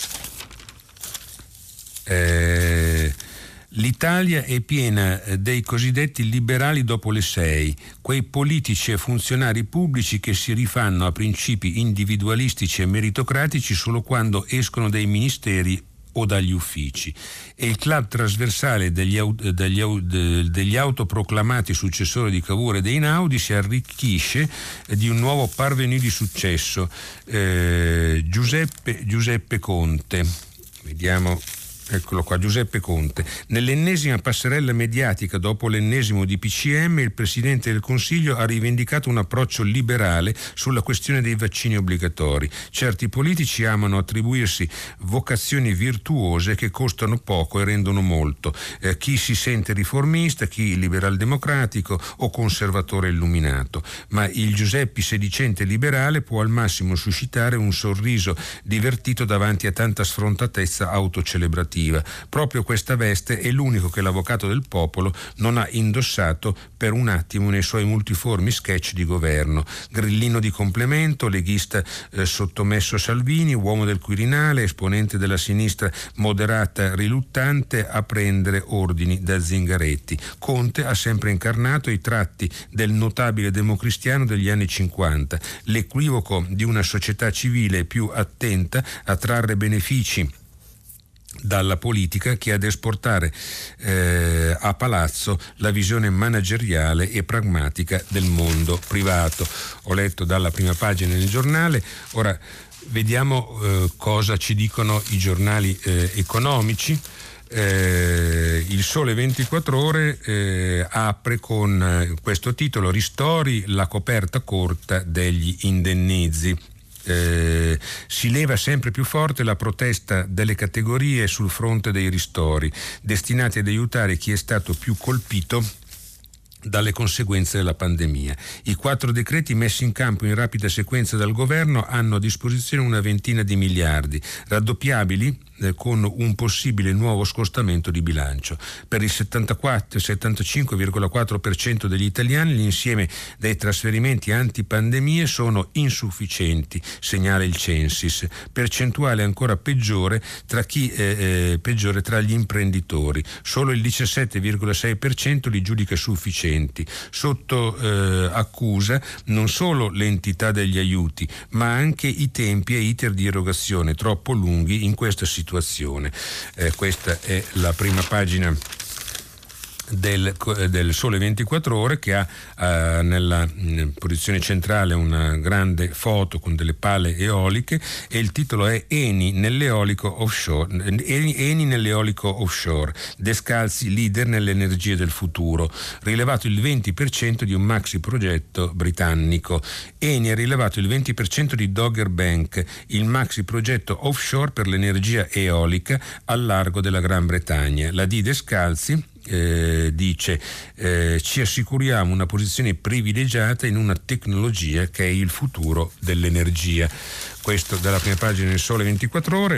Eh, L'Italia è piena dei cosiddetti liberali dopo le sei, quei politici e funzionari pubblici che si rifanno a principi individualistici e meritocratici solo quando escono dai ministeri o dagli uffici. E il club trasversale degli, degli, degli autoproclamati successori di Cavour e dei Einaudi si arricchisce di un nuovo parvenu di successo, eh, Giuseppe, Giuseppe Conte. Vediamo. Eccolo qua, Giuseppe Conte. Nell'ennesima passerella mediatica dopo l'ennesimo D P C M, il Presidente del Consiglio ha rivendicato un approccio liberale sulla questione dei vaccini obbligatori. Certi politici amano attribuirsi vocazioni virtuose che costano poco e rendono molto. Eh, chi si sente riformista, chi liberal democratico o conservatore illuminato. Ma il Giuseppe sedicente liberale può al massimo suscitare un sorriso divertito davanti a tanta sfrontatezza autocelebrativa. Proprio questa veste è l'unico che l'avvocato del popolo non ha indossato per un attimo nei suoi multiformi sketch di governo. Grillino di complemento, leghista eh, sottomesso a Salvini, uomo del Quirinale, esponente della sinistra moderata riluttante a prendere ordini da Zingaretti. Conte ha sempre incarnato i tratti del notabile democristiano degli anni cinquanta, l'equivoco di una società civile più attenta a trarre benefici dalla politica che ad esportare eh, a palazzo la visione manageriale e pragmatica del mondo privato. Ho letto dalla prima pagina del giornale. Ora vediamo eh, cosa ci dicono i giornali eh, economici. Eh, il Sole ventiquattro Ore eh, apre con eh, questo titolo: ristori, la coperta corta degli indennizi. Eh, si leva sempre più forte la protesta delle categorie sul fronte dei ristori, destinati ad aiutare chi è stato più colpito dalle conseguenze della pandemia. I quattro decreti messi in campo in rapida sequenza dal governo hanno a disposizione una ventina di miliardi, raddoppiabili eh, con un possibile nuovo scostamento di bilancio. Per il settantaquattro settantacinque virgola quattro per cento degli italiani l'insieme dei trasferimenti antipandemie sono insufficienti, segnala il Censis, percentuale ancora peggiore tra chi eh, eh, peggiore tra gli imprenditori. Solo il diciassette virgola sei per cento li giudica sufficienti. Sotto eh, accusa non solo l'entità degli aiuti, ma anche i tempi e iter di erogazione troppo lunghi in questa situazione. Eh, questa è la prima pagina Del, del Sole ventiquattro Ore, che ha eh, nella in posizione centrale una grande foto con delle pale eoliche, e il titolo è Eni nell'eolico offshore, Eni, Eni nell'eolico offshore, Descalzi leader nelle energie del futuro, rilevato il venti per cento di un maxi progetto britannico. Eni ha rilevato il venti per cento di Dogger Bank, il maxi progetto offshore per l'energia eolica al largo della Gran Bretagna. La di Descalzi Eh, dice eh, ci assicuriamo una posizione privilegiata in una tecnologia che è il futuro dell'energia. Questo dalla prima pagina del Sole ventiquattro Ore.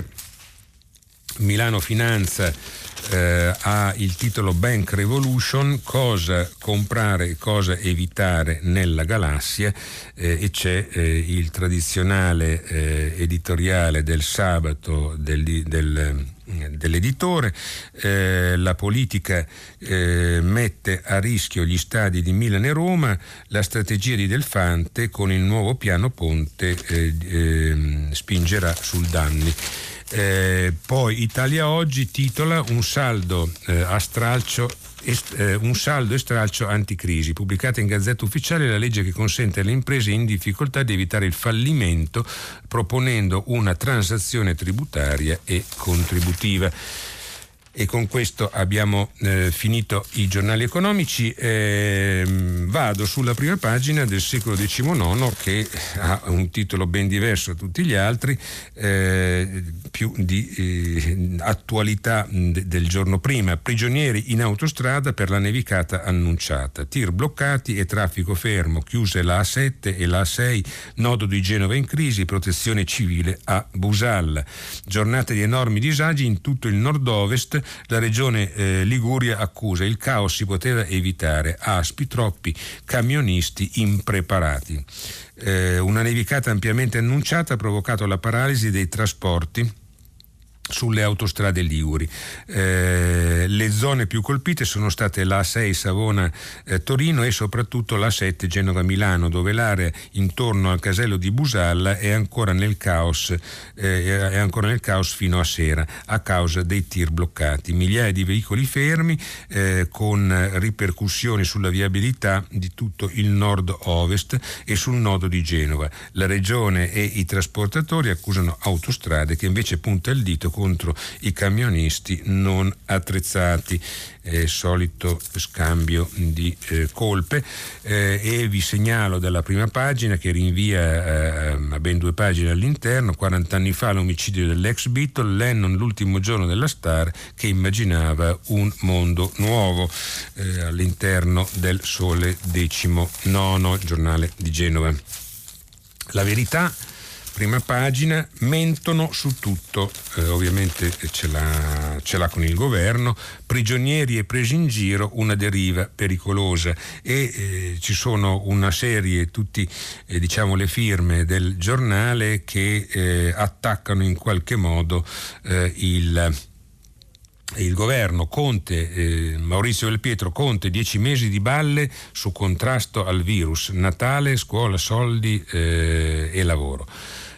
Milano Finanza eh, ha il titolo Bank Revolution, cosa comprare e cosa evitare nella galassia, eh, e c'è eh, il tradizionale eh, editoriale del sabato del, del dell'editore. Eh, la politica eh, mette a rischio gli stadi di Milano e Roma, la strategia di Delfante con il nuovo piano Ponte eh, eh, spingerà sul danni. Eh, poi Italia Oggi titola un saldo eh, a stralcio Est, eh, un saldo e stralcio anticrisi, pubblicata in Gazzetta Ufficiale la legge che consente alle imprese in difficoltà di evitare il fallimento, proponendo una transazione tributaria e contributiva. E con questo abbiamo eh, finito i giornali economici. Eh, vado sulla prima pagina del Secolo diciannove, che ha un titolo ben diverso da tutti gli altri, eh, più di eh, attualità de- del giorno prima. Prigionieri in autostrada per la nevicata annunciata, tir bloccati e traffico fermo, chiuse la A sette e la A sei, nodo di Genova in crisi, protezione civile a Busalla. Giornate di enormi disagi in tutto il nord-ovest. La regione eh, Liguria accusa il caos si poteva evitare, aspi troppi camionisti impreparati. Eh, una nevicata ampiamente annunciata ha provocato la paralisi dei trasporti sulle autostrade liguri. Eh, le zone più colpite sono state l'A sei Savona-Torino eh, e soprattutto l'A sette Genova-Milano, dove l'area intorno al casello di Busalla è ancora nel caos, eh, è ancora nel caos fino a sera a causa dei tir bloccati. Migliaia di veicoli fermi eh, con ripercussioni sulla viabilità di tutto il nord-ovest e sul nodo di Genova. La regione e i trasportatori accusano Autostrade, che invece punta il dito contro i camionisti non attrezzati. Eh, solito scambio di eh, colpe, eh, e vi segnalo dalla prima pagina, che rinvia eh, a ben due pagine all'interno: quaranta anni fa l'omicidio dell'ex Beatle, Lennon l'ultimo giorno della star che immaginava un mondo nuovo, eh, all'interno del Sole diciannove, giornale di Genova. La Verità, prima pagina, mentono su tutto, eh, ovviamente ce l'ha, ce l'ha con il governo, prigionieri e presi in giro, una deriva pericolosa, e eh, ci sono una serie, tutti eh, diciamo le firme del giornale che eh, attaccano in qualche modo eh, il il governo. Conte, eh, Maurizio Del Pietro, Conte, dieci mesi di balle su contrasto al virus, Natale, scuola, soldi eh, e lavoro.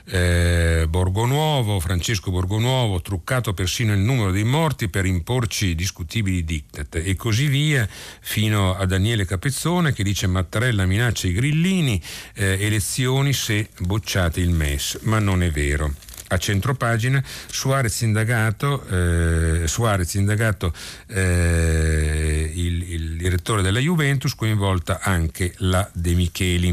Eh, Borgonuovo, Francesco Borgonuovo, truccato persino il numero dei morti per imporci discutibili diktat, e così via, fino a Daniele Capezzone che dice: Mattarella minaccia i grillini, eh, elezioni se bocciate il M E S, ma non è vero. A centropagina, Suarez indagato, eh, Suarez indagato eh, il, il direttore della Juventus, coinvolta anche la De Micheli.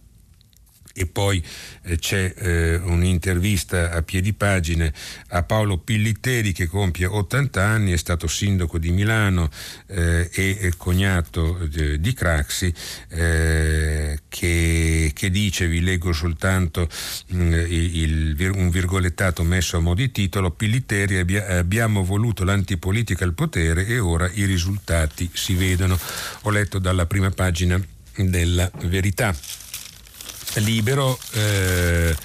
E poi eh, c'è eh, un'intervista a piedi pagina a Paolo Pillitteri, che compie ottanta anni, è stato sindaco di Milano eh, e, e cognato eh, di Craxi, eh, che, che dice, vi leggo soltanto mh, il, il, un virgolettato messo a mo' di titolo: Pillitteri, abbia, abbiamo voluto l'antipolitica al potere e ora i risultati si vedono. Ho letto dalla prima pagina della Verità. Libero, eh,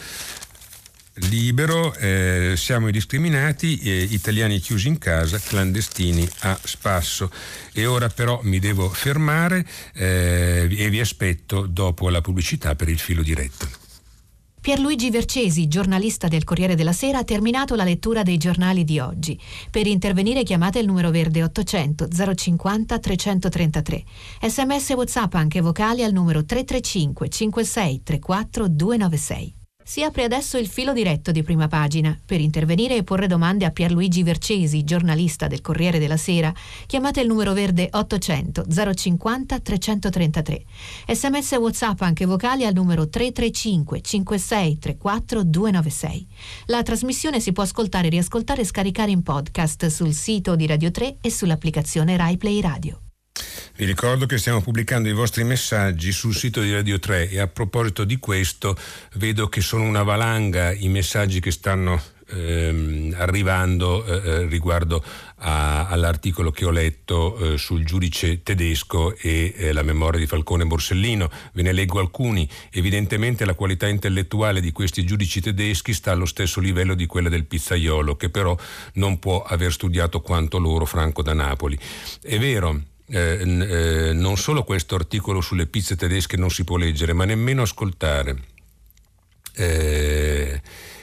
libero eh, siamo i discriminati, eh, italiani chiusi in casa, clandestini a spasso. E ora però mi devo fermare eh, e vi aspetto dopo la pubblicità per il filo diretto. Pierluigi Vercesi, giornalista del Corriere della Sera, ha terminato la lettura dei giornali di oggi. Per intervenire chiamate il numero verde ottocento zero cinquanta trecentotrentatré. Sms e WhatsApp anche vocali al numero tre tre cinque cinque sei tre quattro due nove sei. Si apre adesso il filo diretto di Prima Pagina. Per intervenire e porre domande a Pierluigi Vercesi, giornalista del Corriere della Sera, chiamate il numero verde ottocento zero cinquanta trecentotrentatré. Sms e WhatsApp anche vocali al numero tre tre cinque cinque sei tre quattro due nove sei. La trasmissione si può ascoltare, riascoltare e scaricare in podcast sul sito di Radio tre e sull'applicazione Rai Play Radio. Vi ricordo che stiamo pubblicando i vostri messaggi sul sito di Radio tre e a proposito di questo vedo che sono una valanga i messaggi che stanno ehm, arrivando eh, riguardo a, all'articolo che ho letto eh, sul giudice tedesco e eh, la memoria di Falcone Borsellino. Ve ne leggo alcuni. Evidentemente la qualità intellettuale di questi giudici tedeschi sta allo stesso livello di quella del pizzaiolo, che però non può aver studiato quanto loro Franco da Napoli. È vero. Eh, eh, non solo questo articolo sulle pizze tedesche non si può leggere, ma nemmeno ascoltare. Eh,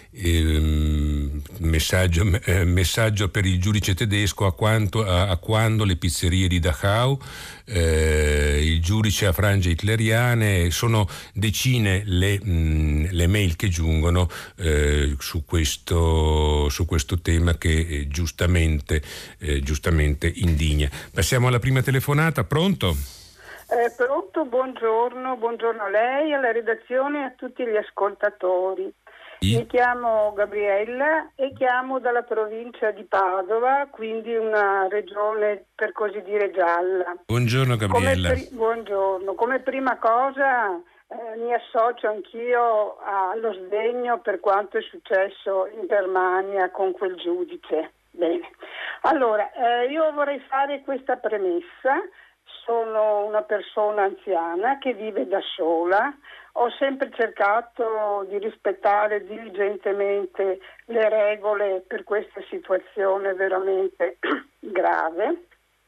eh, messaggio, eh, messaggio per il giudice tedesco: a, quanto, a, a quando le pizzerie di Dachau, eh, il giudice a frange hitleriane. Sono decine le, mh, le mail che giungono eh, su questo, su questo tema che eh, giustamente, eh, giustamente indigna. Passiamo alla prima telefonata. Pronto? Eh, pronto, buongiorno, buongiorno a lei, alla redazione e a tutti gli ascoltatori. I? Mi chiamo Gabriella e chiamo dalla provincia di Padova, quindi una regione per così dire gialla. Buongiorno Gabriella. Come pri- buongiorno. Come prima cosa eh, mi associo anch'io allo sdegno per quanto è successo in Germania con quel giudice. Bene. Allora, eh, io vorrei fare questa premessa. Sono una persona anziana che vive da sola. Ho sempre cercato di rispettare diligentemente le regole per questa situazione veramente grave.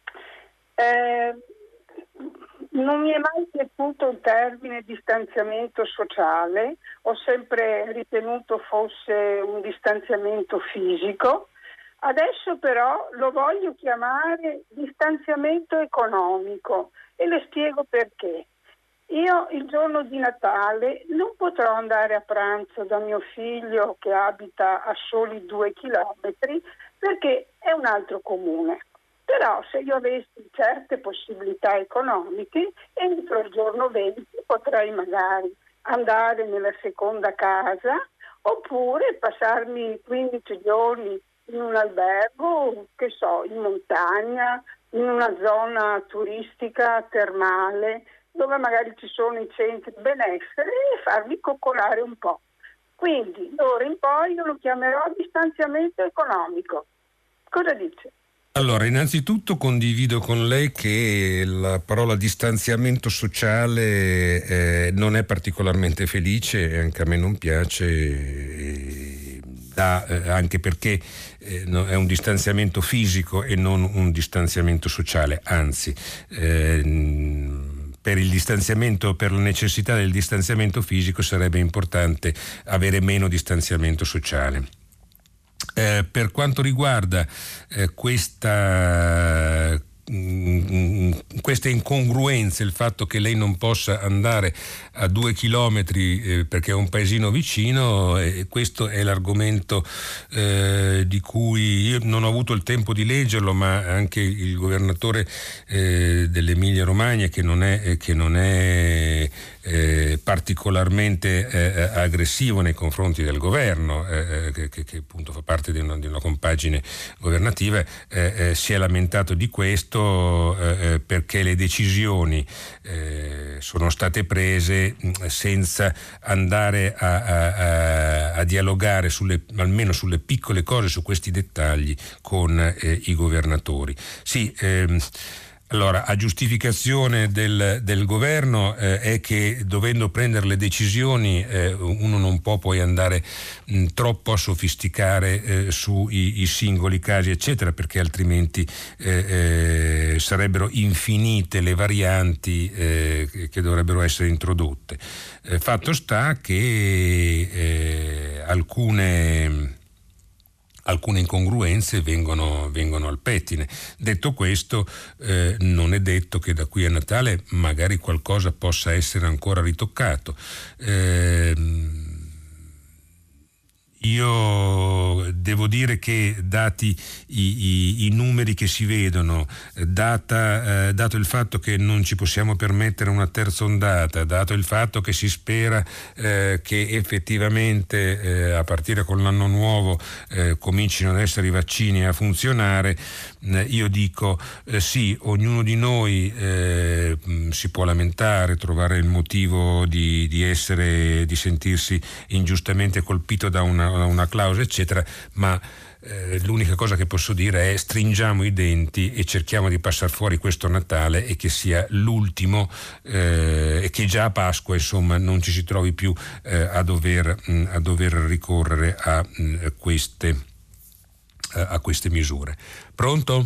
Eh, non mi è mai piaciuto il termine distanziamento sociale, ho sempre ritenuto fosse un distanziamento fisico. Adesso però lo voglio chiamare distanziamento economico e le spiego perché. Io il giorno di Natale non potrò andare a pranzo da mio figlio che abita a soli due chilometri perché è un altro comune. Però se io avessi certe possibilità economiche, entro il giorno venti potrei magari andare nella seconda casa oppure passarmi quindici giorni in un albergo, che so, in montagna, in una zona turistica, termale, dove magari ci sono i centri benessere e farmi coccolare un po'. Quindi, d'ora in poi io lo chiamerò distanziamento economico. Cosa dice? Allora, innanzitutto condivido con lei che la parola distanziamento sociale eh, non è particolarmente felice e anche a me non piace, eh, da, eh, anche perché eh, no, è un distanziamento fisico e non un distanziamento sociale, anzi eh, per il distanziamento, per la necessità del distanziamento fisico sarebbe importante avere meno distanziamento sociale. Eh, per quanto riguarda eh, questa queste incongruenze, il fatto che lei non possa andare a due chilometri eh, perché è un paesino vicino, e questo è l'argomento eh, di cui io non ho avuto il tempo di leggerlo, ma anche il governatore eh, dell'Emilia Romagna, che non è, che non è eh, particolarmente eh, aggressivo nei confronti del governo, eh, che, che appunto fa parte di una, di una compagine governativa, eh, eh, si è lamentato di questo. Eh, perché le decisioni eh, sono state prese senza andare a, a, a, a dialogare sulle, almeno sulle piccole cose, su questi dettagli con eh, i governatori. Sì, ehm, Allora, a giustificazione del, del governo eh, è che dovendo prendere le decisioni eh, uno non può poi andare mh, troppo a sofisticare eh, sui i singoli casi eccetera, perché altrimenti eh, eh, sarebbero infinite le varianti eh, che, che dovrebbero essere introdotte. Eh, fatto sta che eh, alcune alcune incongruenze vengono, vengono al pettine. Detto questo, eh, non è detto che da qui a Natale magari qualcosa possa essere ancora ritoccato. Eh, Io devo dire che dati i, i, i numeri che si vedono, data, eh, dato il fatto che non ci possiamo permettere una terza ondata, dato il fatto che si spera eh, che effettivamente eh, a partire con l'anno nuovo eh, comincino ad essere i vaccini a funzionare, eh, io dico eh, sì, ognuno di noi eh, si può lamentare, trovare il motivo di, di essere, di sentirsi ingiustamente colpito da una una clausola eccetera, ma eh, l'unica cosa che posso dire è stringiamo i denti e cerchiamo di passare fuori questo Natale e che sia l'ultimo eh, e che già a Pasqua insomma non ci si trovi più eh, a, dover, mh, a dover ricorrere a mh, queste eh, a queste misure. Pronto?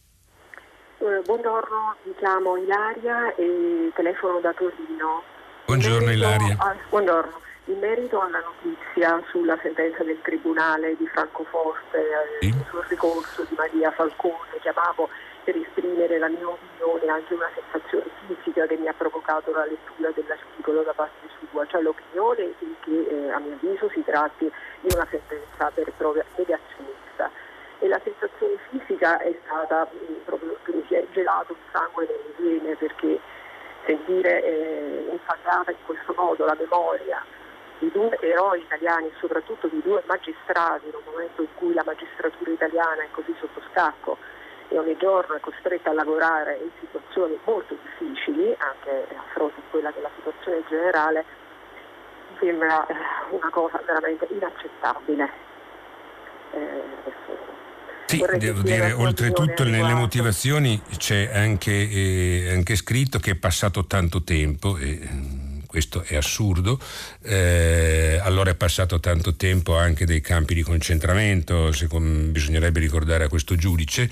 Eh, buongiorno, mi chiamo Ilaria e telefono da Torino. Buongiorno Ilaria. A, buongiorno. In merito alla notizia sulla sentenza del Tribunale di Francoforte eh, sì. sul ricorso di Maria Falcone, chiamavo per esprimere la mia opinione e anche una sensazione fisica che mi ha provocato la lettura dell'articolo da parte sua, cioè l'opinione è che eh, a mio avviso si tratti di una sentenza per propria negazionista, e la sensazione fisica è stata mh, proprio che mi si è gelato il sangue nelle vene, perché sentire eh, infangata in questo modo la memoria di due eroi italiani e soprattutto di due magistrati in un momento in cui la magistratura italiana è così sotto scacco e ogni giorno è costretta a lavorare in situazioni molto difficili, anche a fronte di quella che è la situazione generale, mi sembra una cosa veramente inaccettabile. Eh, Sì, devo dire, oltretutto nelle motivazioni c'è anche, eh, anche scritto che è passato tanto tempo e questo è assurdo, eh, allora è passato tanto tempo anche dei campi di concentramento, secondo, bisognerebbe ricordare a questo giudice,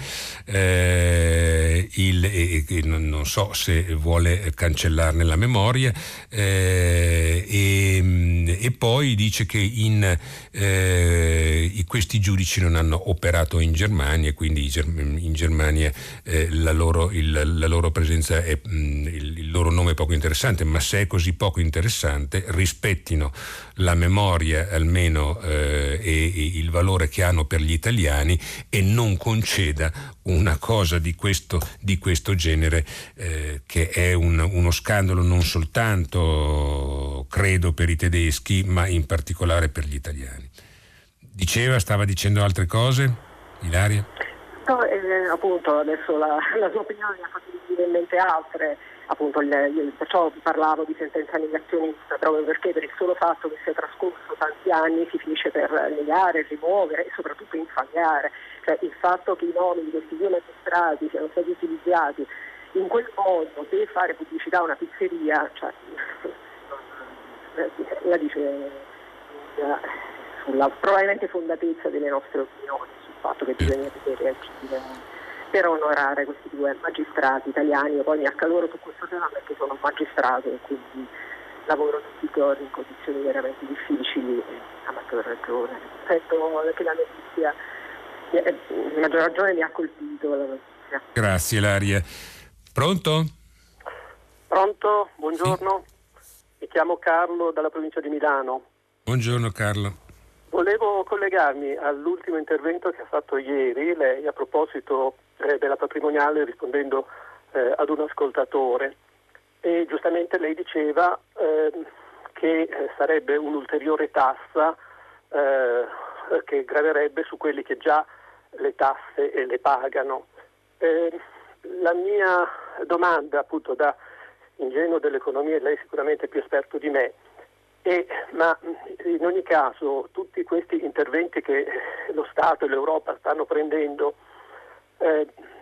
eh, il, e, e non so se vuole cancellarne la memoria, eh, e, e poi dice che in, eh, questi giudici non hanno operato in Germania, quindi in Germania eh, la, loro, il, la loro presenza è, il, il loro nome è poco interessante, ma se è così poco poco interessante, rispettino la memoria almeno eh, e, e il valore che hanno per gli italiani e non conceda una cosa di questo, di questo genere eh, che è un, uno scandalo non soltanto credo per i tedeschi ma in particolare per gli italiani. Diceva, stava dicendo altre cose, Ilaria? No, eh, appunto adesso la, la sua opinione mi ha fatto dire in mente altre. Appunto il, io perciò parlavo di sentenza negazionista, proprio perché per il solo fatto che sia trascorso tanti anni si finisce per negare, rimuovere e soprattutto infangare, cioè il fatto che i nomi di questi due magistrati siano stati utilizzati in quel modo per fare pubblicità a una pizzeria, cioè, la dice sulla probabilmente fondatezza delle nostre opinioni sul fatto che bisogna reagire per onorare questi due magistrati italiani. E poi mi accaloro su questo tema perché sono un magistrato e quindi lavoro tutti i giorni in condizioni veramente difficili e a maggior ragione sento che la notizia a maggior ragione mi ha colpito la notizia. Grazie Ilaria. Pronto? Pronto, buongiorno, sì. Mi chiamo Carlo dalla provincia di Milano. Buongiorno Carlo. Volevo collegarmi all'ultimo intervento che ha fatto ieri lei a proposito eh, della patrimoniale, rispondendo eh, ad un ascoltatore, e giustamente lei diceva eh, che eh, sarebbe un'ulteriore tassa eh, che graverebbe su quelli che già le tasse eh, le pagano. Eh, la mia domanda, appunto da ingenuo dell'economia, e lei sicuramente è più esperto di me, E, ma in ogni caso tutti questi interventi che lo Stato e l'Europa stanno prendendo eh,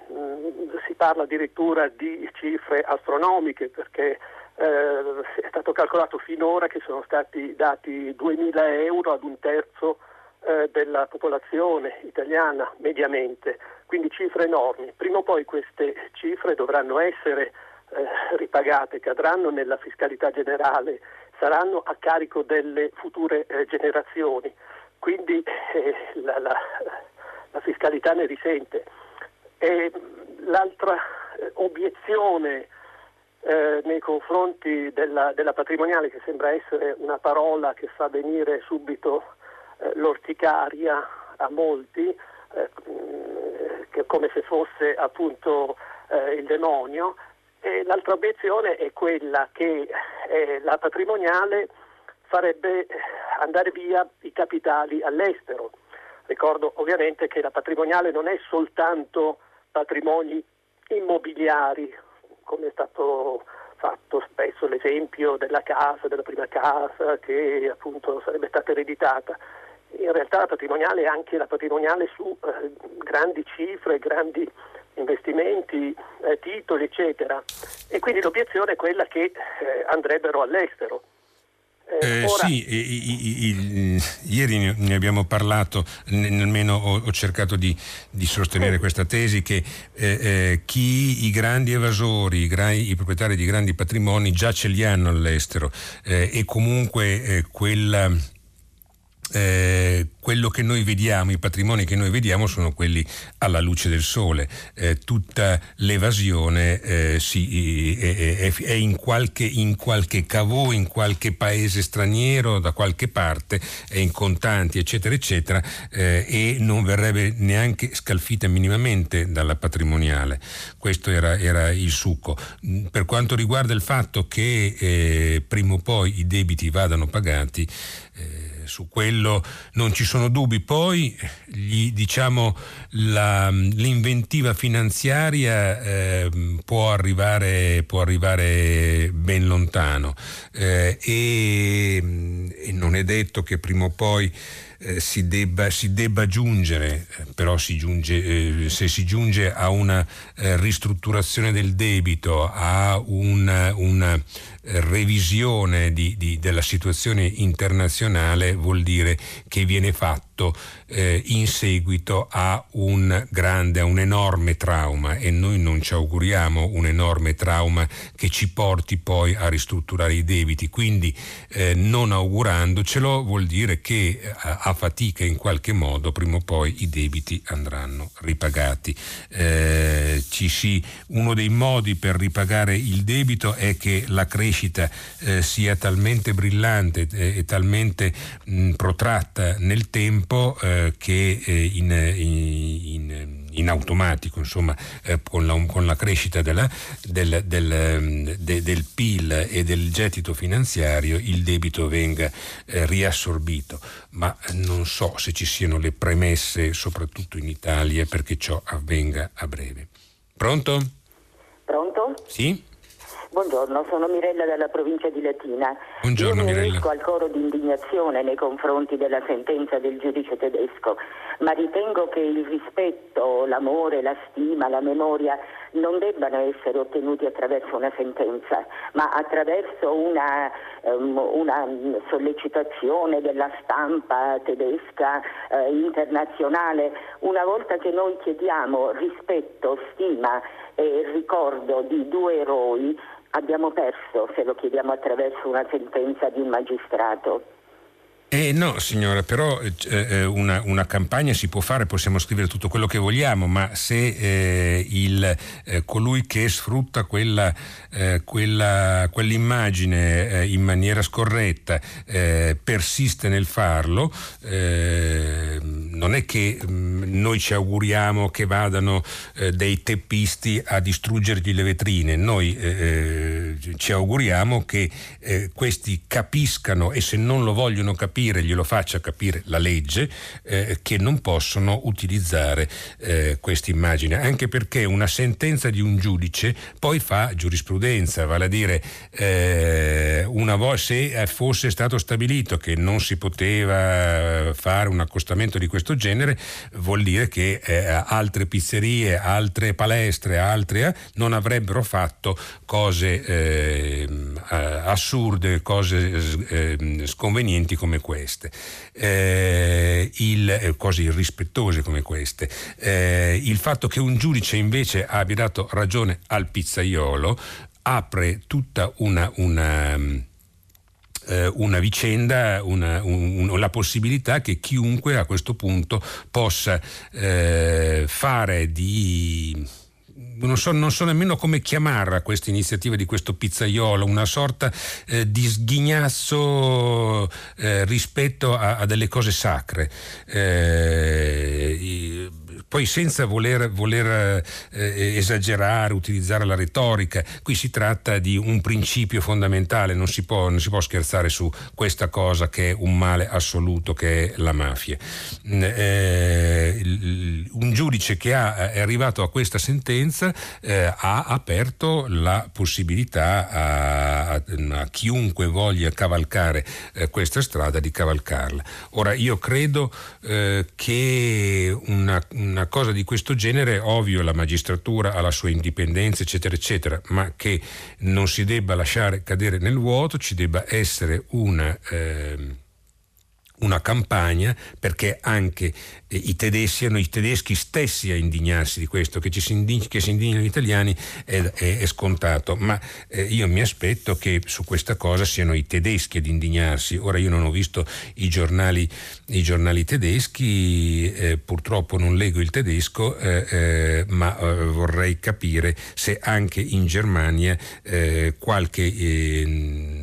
mh, si parla addirittura di cifre astronomiche, perché eh, è stato calcolato finora che sono stati dati duemila euro ad un terzo eh, della popolazione italiana mediamente, quindi cifre enormi. Prima o poi queste cifre dovranno essere eh, ripagate, cadranno nella fiscalità generale, saranno a carico delle future eh, generazioni, quindi eh, la, la, la fiscalità ne risente. E l'altra eh, obiezione eh, nei confronti della, della patrimoniale, che sembra essere una parola che fa venire subito eh, l'orticaria a molti, eh, che come se fosse appunto eh, il demonio. E l'altra obiezione è quella che eh, la patrimoniale farebbe andare via i capitali all'estero. Ricordo ovviamente che la patrimoniale non è soltanto patrimoni immobiliari, come è stato fatto spesso l'esempio della casa, della prima casa che appunto sarebbe stata ereditata. In realtà la patrimoniale è anche la patrimoniale su eh, grandi cifre, grandi investimenti, eh, titoli, eccetera. E quindi l'obiezione è quella che eh, andrebbero all'estero. Eh, ora... Sì, i, i, i, ieri ne abbiamo parlato, n- almeno ho, ho cercato di, di sostenere questa tesi che eh, eh, chi i grandi evasori, i, gra- i proprietari di grandi patrimoni già ce li hanno all'estero eh, e comunque eh, quella... Eh, quello che noi vediamo, i patrimoni che noi vediamo sono quelli alla luce del sole. Eh, tutta l'evasione eh, si, è, è, è in qualche in qualche cavò, in qualche paese straniero, da qualche parte, è in contanti, eccetera, eccetera, eh, e non verrebbe neanche scalfita minimamente dalla patrimoniale. Questo era, era il succo. Per quanto riguarda il fatto che eh, prima o poi i debiti vadano pagati, eh, su quello non ci sono dubbi. Poi gli, diciamo la, l'inventiva finanziaria eh, può arrivare può arrivare ben lontano eh, e, e non è detto che prima o poi eh, si debba si debba giungere, però si giunge eh, se si giunge a una eh, ristrutturazione del debito, a una, una revisione di, di, della situazione internazionale, vuol dire che viene fatto eh, in seguito a un grande, a un enorme trauma, e noi non ci auguriamo un enorme trauma che ci porti poi a ristrutturare i debiti. Quindi eh, non augurandocelo vuol dire che a, a fatica in qualche modo prima o poi i debiti andranno ripagati. Eh, ci si, uno dei modi per ripagare il debito è che la crescita Eh, sia talmente brillante e, e talmente mh, protratta nel tempo eh, che eh, in, in, in automatico, insomma, eh, con, la, con la crescita della, del, del, de, del P I L e del gettito finanziario il debito venga eh, riassorbito, ma non so se ci siano le premesse, soprattutto in Italia, perché ciò avvenga a breve. Pronto? Pronto? Sì? Buongiorno, sono Mirella dalla provincia di Latina. Buongiorno, Io mi Mirella. unisco al coro di indignazione nei confronti della sentenza del giudice tedesco, ma ritengo che il rispetto, l'amore, la stima, la memoria non debbano essere ottenuti attraverso una sentenza, ma attraverso una, um, una sollecitazione della stampa tedesca, eh, internazionale. Una volta che noi chiediamo rispetto, stima e ricordo di due eroi, abbiamo perso se lo chiediamo attraverso una sentenza di un magistrato. Eh no signora, però eh, una, una campagna si può fare, possiamo scrivere tutto quello che vogliamo, ma se eh, il, eh, colui che sfrutta quella, eh, quella, quell'immagine eh, in maniera scorretta eh, persiste nel farlo, eh, non è che mh, noi ci auguriamo che vadano eh, dei teppisti a distruggergli le vetrine. Noi eh, eh, ci auguriamo che eh, questi capiscano, e se non lo vogliono capire glielo faccia capire la legge, eh, che non possono utilizzare eh, questa immagine, anche perché una sentenza di un giudice poi fa giurisprudenza, vale a dire eh, una volta, se fosse stato stabilito che non si poteva fare un accostamento di questo genere, vuol dire che eh, altre pizzerie, altre palestre, altre eh, non avrebbero fatto cose eh, assurde, cose eh, sconvenienti come queste, eh, il, eh, cose irrispettose come queste. Eh, il fatto che un giudice invece abbia dato ragione al pizzaiolo apre tutta una, una una vicenda, una, un, un, la possibilità che chiunque a questo punto possa eh, fare di... Non so, non so nemmeno come chiamarla questa iniziativa di questo pizzaiolo, una sorta eh, di sghignazzo eh, rispetto a, a delle cose sacre. Eh, Poi senza voler, voler eh, esagerare, utilizzare la retorica, qui si tratta di un principio fondamentale, non si può, non si può scherzare su questa cosa che è un male assoluto, che è la mafia. Eh, un giudice che ha, è arrivato a questa sentenza eh, ha aperto la possibilità a, a, a chiunque voglia cavalcare eh, questa strada di cavalcarla. Ora io credo eh, che una, una cosa di questo genere, ovvio la magistratura ha la sua indipendenza eccetera eccetera, ma che non si debba lasciare cadere nel vuoto, ci debba essere una eh, una campagna perché anche eh, i tedeschi, siano i tedeschi stessi a indignarsi di questo. Che ci si indigni, che si indignino gli italiani è, è, è scontato, ma eh, io mi aspetto che su questa cosa siano i tedeschi ad indignarsi. Ora io non ho visto i giornali i giornali tedeschi, eh, purtroppo non leggo il tedesco, eh, eh, ma eh, vorrei capire se anche in Germania eh, qualche eh,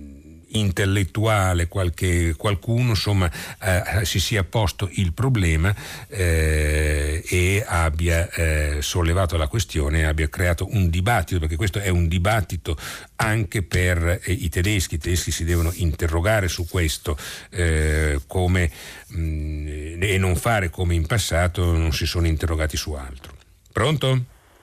intellettuale, qualche, qualcuno insomma eh, si sia posto il problema eh, e abbia eh, sollevato la questione e abbia creato un dibattito, perché questo è un dibattito anche per eh, i tedeschi. I tedeschi si devono interrogare su questo eh, come mh, e non fare come in passato non si sono interrogati su altro. Pronto?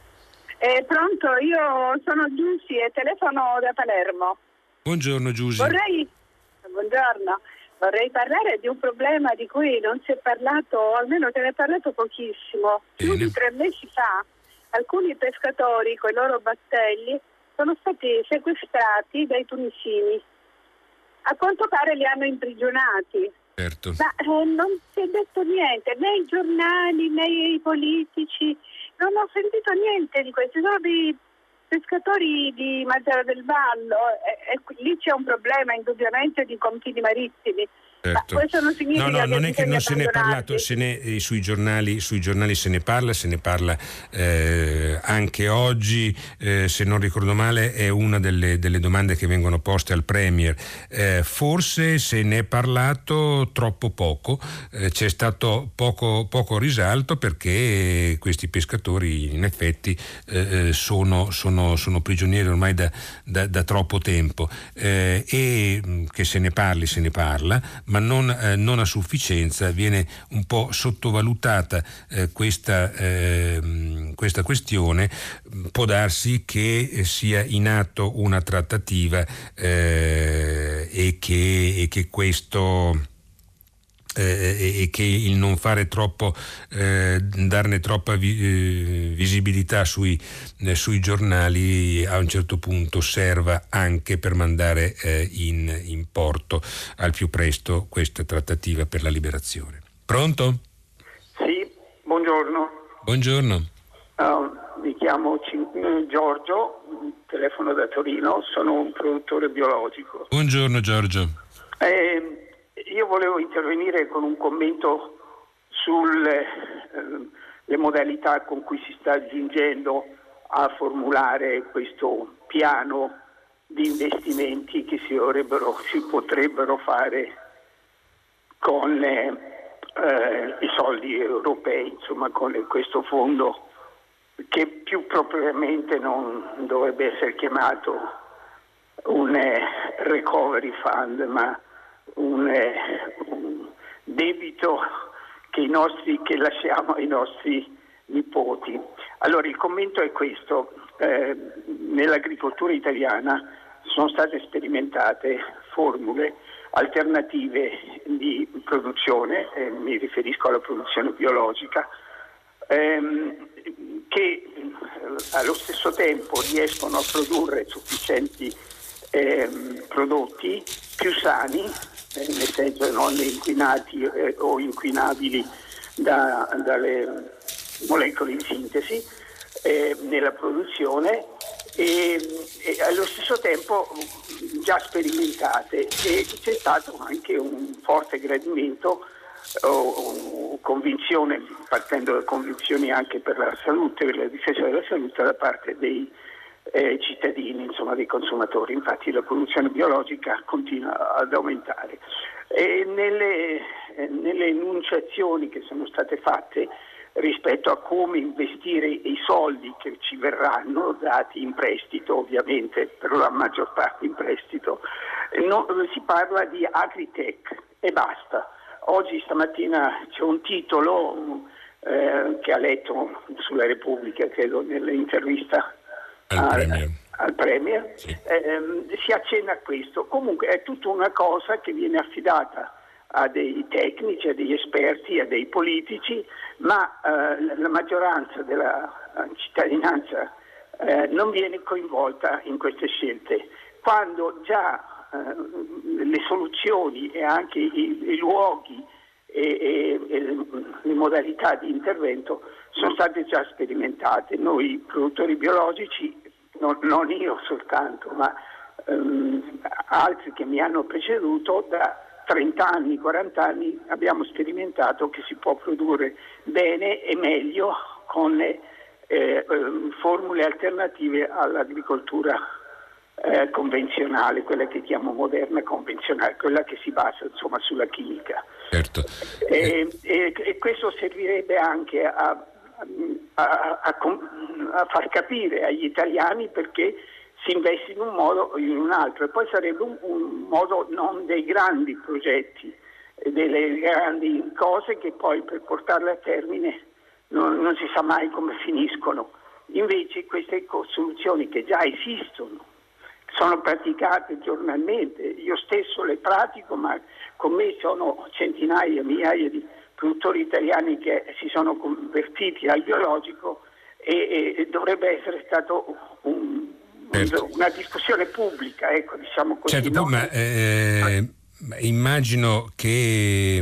Eh, pronto, io sono Giussi e telefono da Palermo. Buongiorno Giusy. Vorrei, buongiorno, vorrei parlare di un problema di cui non si è parlato, almeno se ne è parlato pochissimo. Più di tre mesi fa alcuni pescatori con i loro battelli sono stati sequestrati dai tunisini. A quanto pare li hanno imprigionati. Certo. Ma eh, non si è detto niente, né i giornali né i politici, non ho sentito niente di questo. Sono dei pescatori di Mazara del Vallo e, e lì c'è un problema indubbiamente di confini marittimi. Certo. Ma questo non significa no, no, che non è che non se ne è parlato, abbandonarli. se ne, eh, sui giornali, sui giornali se ne parla, se ne parla eh, anche oggi, eh, se non ricordo male è una delle, delle domande che vengono poste al Premier. Eh, forse se ne è parlato troppo poco, eh, c'è stato poco, poco risalto perché questi pescatori in effetti eh, sono, sono, sono prigionieri ormai da, da, da troppo tempo eh, e che se ne parli se ne parla, ma non, eh, non a sufficienza. Viene un po' sottovalutata eh, questa, eh, questa questione. Può darsi che sia in atto una trattativa eh, e, che, e che questo Eh, e che il non fare troppo, eh, darne troppa vi, eh, visibilità sui, eh, sui giornali a un certo punto serva anche per mandare eh, in, in porto al più presto questa trattativa per la liberazione. Pronto? Sì, buongiorno. Buongiorno. Uh, mi chiamo C- Giorgio, telefono da Torino, sono un produttore biologico. Buongiorno Giorgio. Eh, Io volevo intervenire con un commento sulle eh, modalità con cui si sta giungendo a formulare questo piano di investimenti che si, dovrebbero, si potrebbero fare con eh, eh, i soldi europei, insomma con questo fondo che più propriamente non dovrebbe essere chiamato un eh, recovery fund, ma un, eh, un debito che, i nostri, che lasciamo ai nostri nipoti. Allora il commento è questo: eh, nell'agricoltura italiana sono state sperimentate formule alternative di produzione, eh, mi riferisco alla produzione biologica, ehm, che eh, allo stesso tempo riescono a produrre sufficienti ehm, prodotti più sani, eh, nel senso non inquinati eh, o inquinabili da, dalle molecole in sintesi eh, nella produzione, e, e allo stesso tempo già sperimentate, e c'è stato anche un forte gradimento o, o convinzione, partendo da convinzioni anche per la salute, per la difesa della salute da parte dei eh, cittadini, insomma dei consumatori. Infatti la produzione biologica continua ad aumentare. E nelle, eh, nelle enunciazioni che sono state fatte rispetto a come investire i soldi che ci verranno dati in prestito, ovviamente per la maggior parte in prestito, no, si parla di agritech e basta. Oggi stamattina c'è un titolo eh, che ha letto sulla Repubblica, credo, nell'intervista al al Premier, al Premier. Sì. Eh, si accenna a questo. Comunque è tutta una cosa che viene affidata a dei tecnici, a degli esperti, a dei politici, ma eh, la maggioranza della cittadinanza eh, non viene coinvolta in queste scelte, quando già eh, le soluzioni e anche i, i luoghi e, e, e le, le modalità di intervento sono state già sperimentate. Noi produttori biologici, non, non io soltanto, ma ehm, altri che mi hanno preceduto, da trenta anni, quaranta anni abbiamo sperimentato che si può produrre bene e meglio con eh, eh, formule alternative all'agricoltura eh, convenzionale, quella che chiamo moderna convenzionale, quella che si basa insomma sulla chimica. Certo. E, e, e questo servirebbe anche a, a, a, a, a far capire agli italiani perché si investe in un modo o in un altro, e poi sarebbe un, un modo non dei grandi progetti, delle grandi cose che poi per portarle a termine non, non si sa mai come finiscono. Invece queste soluzioni che già esistono, sono praticate giornalmente, io stesso le pratico, ma con me sono centinaia, migliaia di produttori italiani che si sono convertiti al biologico, e, e dovrebbe essere stato un Certo. una discussione pubblica, ecco, diciamo così. Certo, no? ma eh, immagino che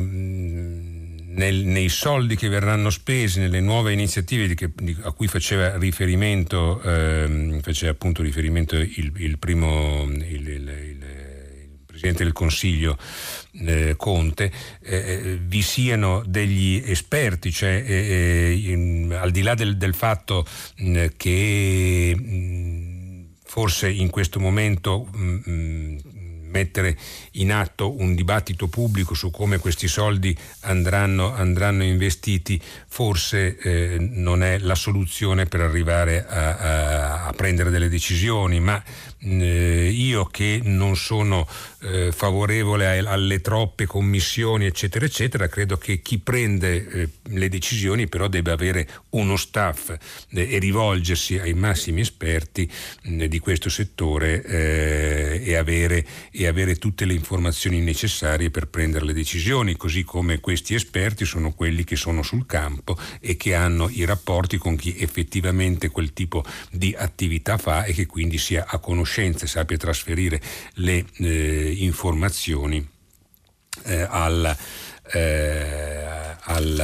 mh, nel, nei soldi che verranno spesi, nelle nuove iniziative di che, di, a cui faceva riferimento, eh, faceva appunto riferimento il, il primo il, il, il, il Presidente del Consiglio eh, Conte, eh, vi siano degli esperti, cioè eh, in, al di là del, del fatto mh, che mh, forse in questo momento mh, mettere in atto un dibattito pubblico su come questi soldi andranno, andranno investiti forse eh, non è la soluzione per arrivare a, a, a prendere delle decisioni, ma eh, io che non sono eh, favorevole a, alle troppe commissioni eccetera eccetera, credo che chi prende eh, le decisioni però debba avere uno staff eh, e rivolgersi ai massimi esperti eh, di questo settore eh, e avere e avere tutte le informazioni necessarie per prendere le decisioni, così come questi esperti sono quelli che sono sul campo e che hanno i rapporti con chi effettivamente quel tipo di attività fa e che quindi sia a conoscenza e sappia trasferire le eh, informazioni eh, al Eh, al,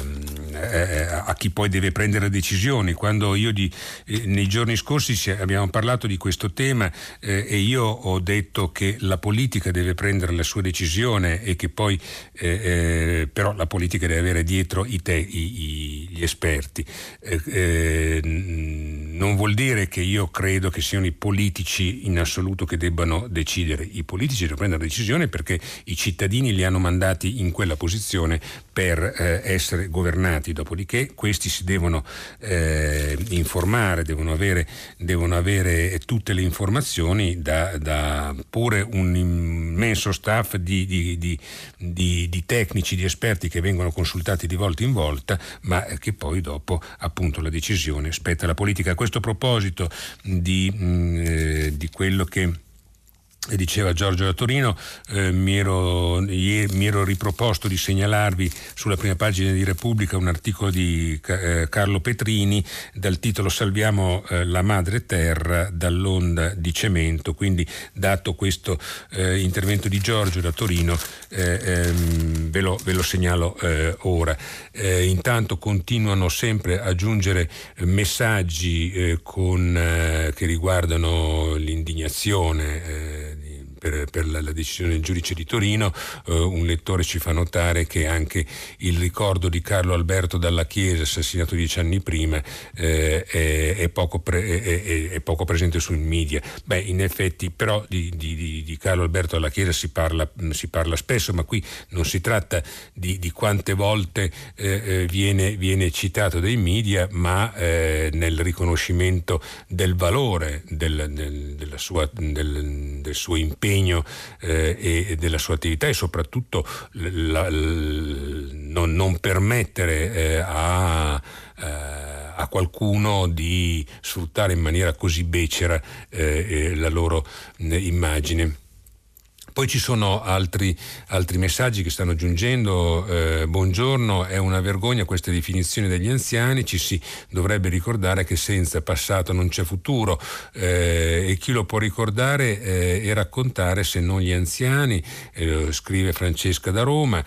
eh, a chi poi deve prendere decisioni. Quando io di, eh, nei giorni scorsi abbiamo parlato di questo tema eh, e io ho detto che la politica deve prendere la sua decisione e che poi eh, eh, però la politica deve avere dietro i te, i, i, gli esperti. Eh, eh, non vuol dire che io credo che siano i politici in assoluto che debbano decidere. I politici devono prendere decisioni perché i cittadini li hanno mandati in quella posizione per eh, essere governati, dopodiché questi si devono eh, informare, devono avere, devono avere tutte le informazioni da, da pure un immenso staff di, di, di, di, di tecnici, di esperti che vengono consultati di volta in volta, ma che poi dopo appunto la decisione spetta alla politica. A questo proposito di, mh, di quello che diceva Giorgio da Torino, eh, mi, ero, ieri, mi ero riproposto di segnalarvi sulla prima pagina di Repubblica un articolo di eh, Carlo Petrini dal titolo "Salviamo eh, la madre terra dall'onda di cemento", quindi dato questo eh, intervento di Giorgio da Torino eh, ehm, ve, lo, ve lo segnalo eh, ora. Eh, intanto continuano sempre a giungere messaggi eh, con, eh, che riguardano l'indignazione eh, Per, per la, la decisione del giudice di Torino. Uh, un lettore ci fa notare che anche il ricordo di Carlo Alberto Dalla Chiesa, assassinato dieci anni prima, eh, è, è, poco pre, è, è poco presente sui media. Beh, in effetti, però di, di, di Carlo Alberto Dalla Chiesa si parla, si parla spesso, ma qui non si tratta di, di quante volte eh, viene, viene citato dai media, ma eh, nel riconoscimento del valore del, del, della sua, del, del suo impegno Eh, e della sua attività, e soprattutto la, la, non, non permettere eh, a, eh, a qualcuno di sfruttare in maniera così becera eh, la loro eh, immagine. Poi ci sono altri, altri messaggi che stanno giungendo. Eh, buongiorno, è una vergogna questa definizione degli anziani, ci si dovrebbe ricordare che senza passato non c'è futuro, eh, e chi lo può ricordare eh, e raccontare se non gli anziani, eh, scrive Francesca da Roma.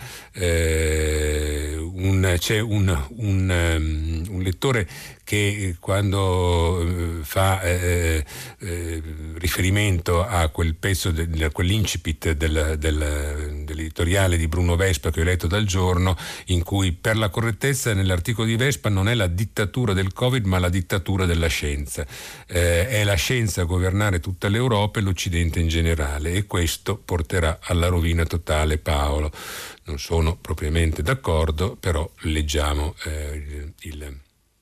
Eh, un, c'è un, un, um, un lettore che quando eh, fa eh, eh, riferimento a quel pezzo, de, a quell'incipit del, del, dell'editoriale di Bruno Vespa che ho letto dal Giorno, in cui per la correttezza nell'articolo di Vespa non è la dittatura del Covid ma la dittatura della scienza. Eh, è la scienza a governare tutta l'Europa e l'Occidente in generale, e questo porterà alla rovina totale. Paolo. Non sono propriamente d'accordo, però leggiamo eh, il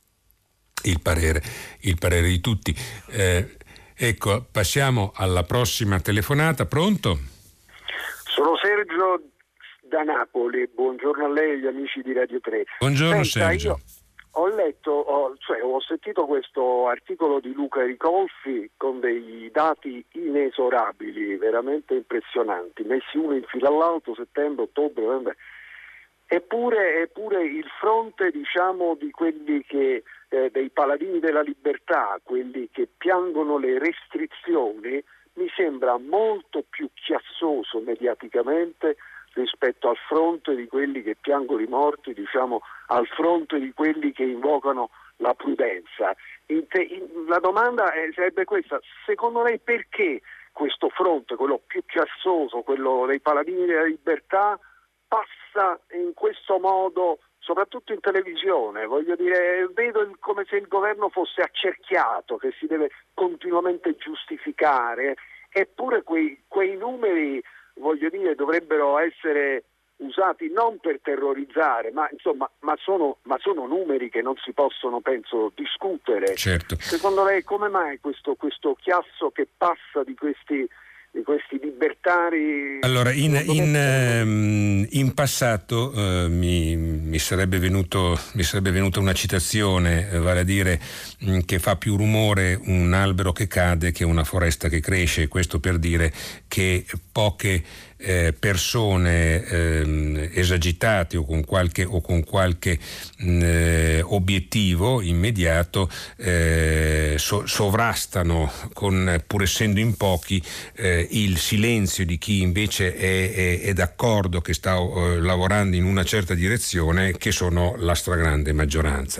Il parere, il parere di tutti. Eh, ecco, passiamo alla prossima telefonata. Pronto? Sono Sergio da Napoli. Buongiorno a lei e agli amici di Radio tre. Buongiorno. Senta, Sergio. Io ho letto, ho, cioè ho sentito questo articolo di Luca Ricolfi con dei dati inesorabili, veramente impressionanti, messi uno in fila all'altro, settembre, ottobre, novembre. Eppure, eppure il fronte, diciamo, di quelli che eh, dei paladini della libertà, quelli che piangono le restrizioni, mi sembra molto più chiassoso mediaticamente rispetto al fronte di quelli che piangono i morti, diciamo, al fronte di quelli che invocano la prudenza. In te, in, la domanda è, sarebbe questa: secondo lei perché questo fronte, quello più chiassoso, quello dei paladini della libertà, passa in questo modo, soprattutto in televisione? Voglio dire, vedo il, come se il governo fosse accerchiato, che si deve continuamente giustificare, eppure quei, quei numeri, voglio dire, dovrebbero essere usati non per terrorizzare, ma insomma, ma sono, ma sono numeri che non si possono, penso, discutere. Certo. Secondo lei come mai questo, questo chiasso che passa di questi di questi libertari? Allora, in, in, ehm, in passato eh, mi, mi sarebbe venuto mi sarebbe venuta una citazione, eh, vale a dire mh, che fa più rumore un albero che cade che una foresta che cresce. Questo per dire che poche eh, persone eh, esagitate o con qualche o con qualche mh, eh, obiettivo immediato eh, so, sovrastano, con, pur essendo in pochi, eh, il silenzio di chi invece è, è, è d'accordo, che sta uh, lavorando in una certa direzione, che sono la stragrande maggioranza.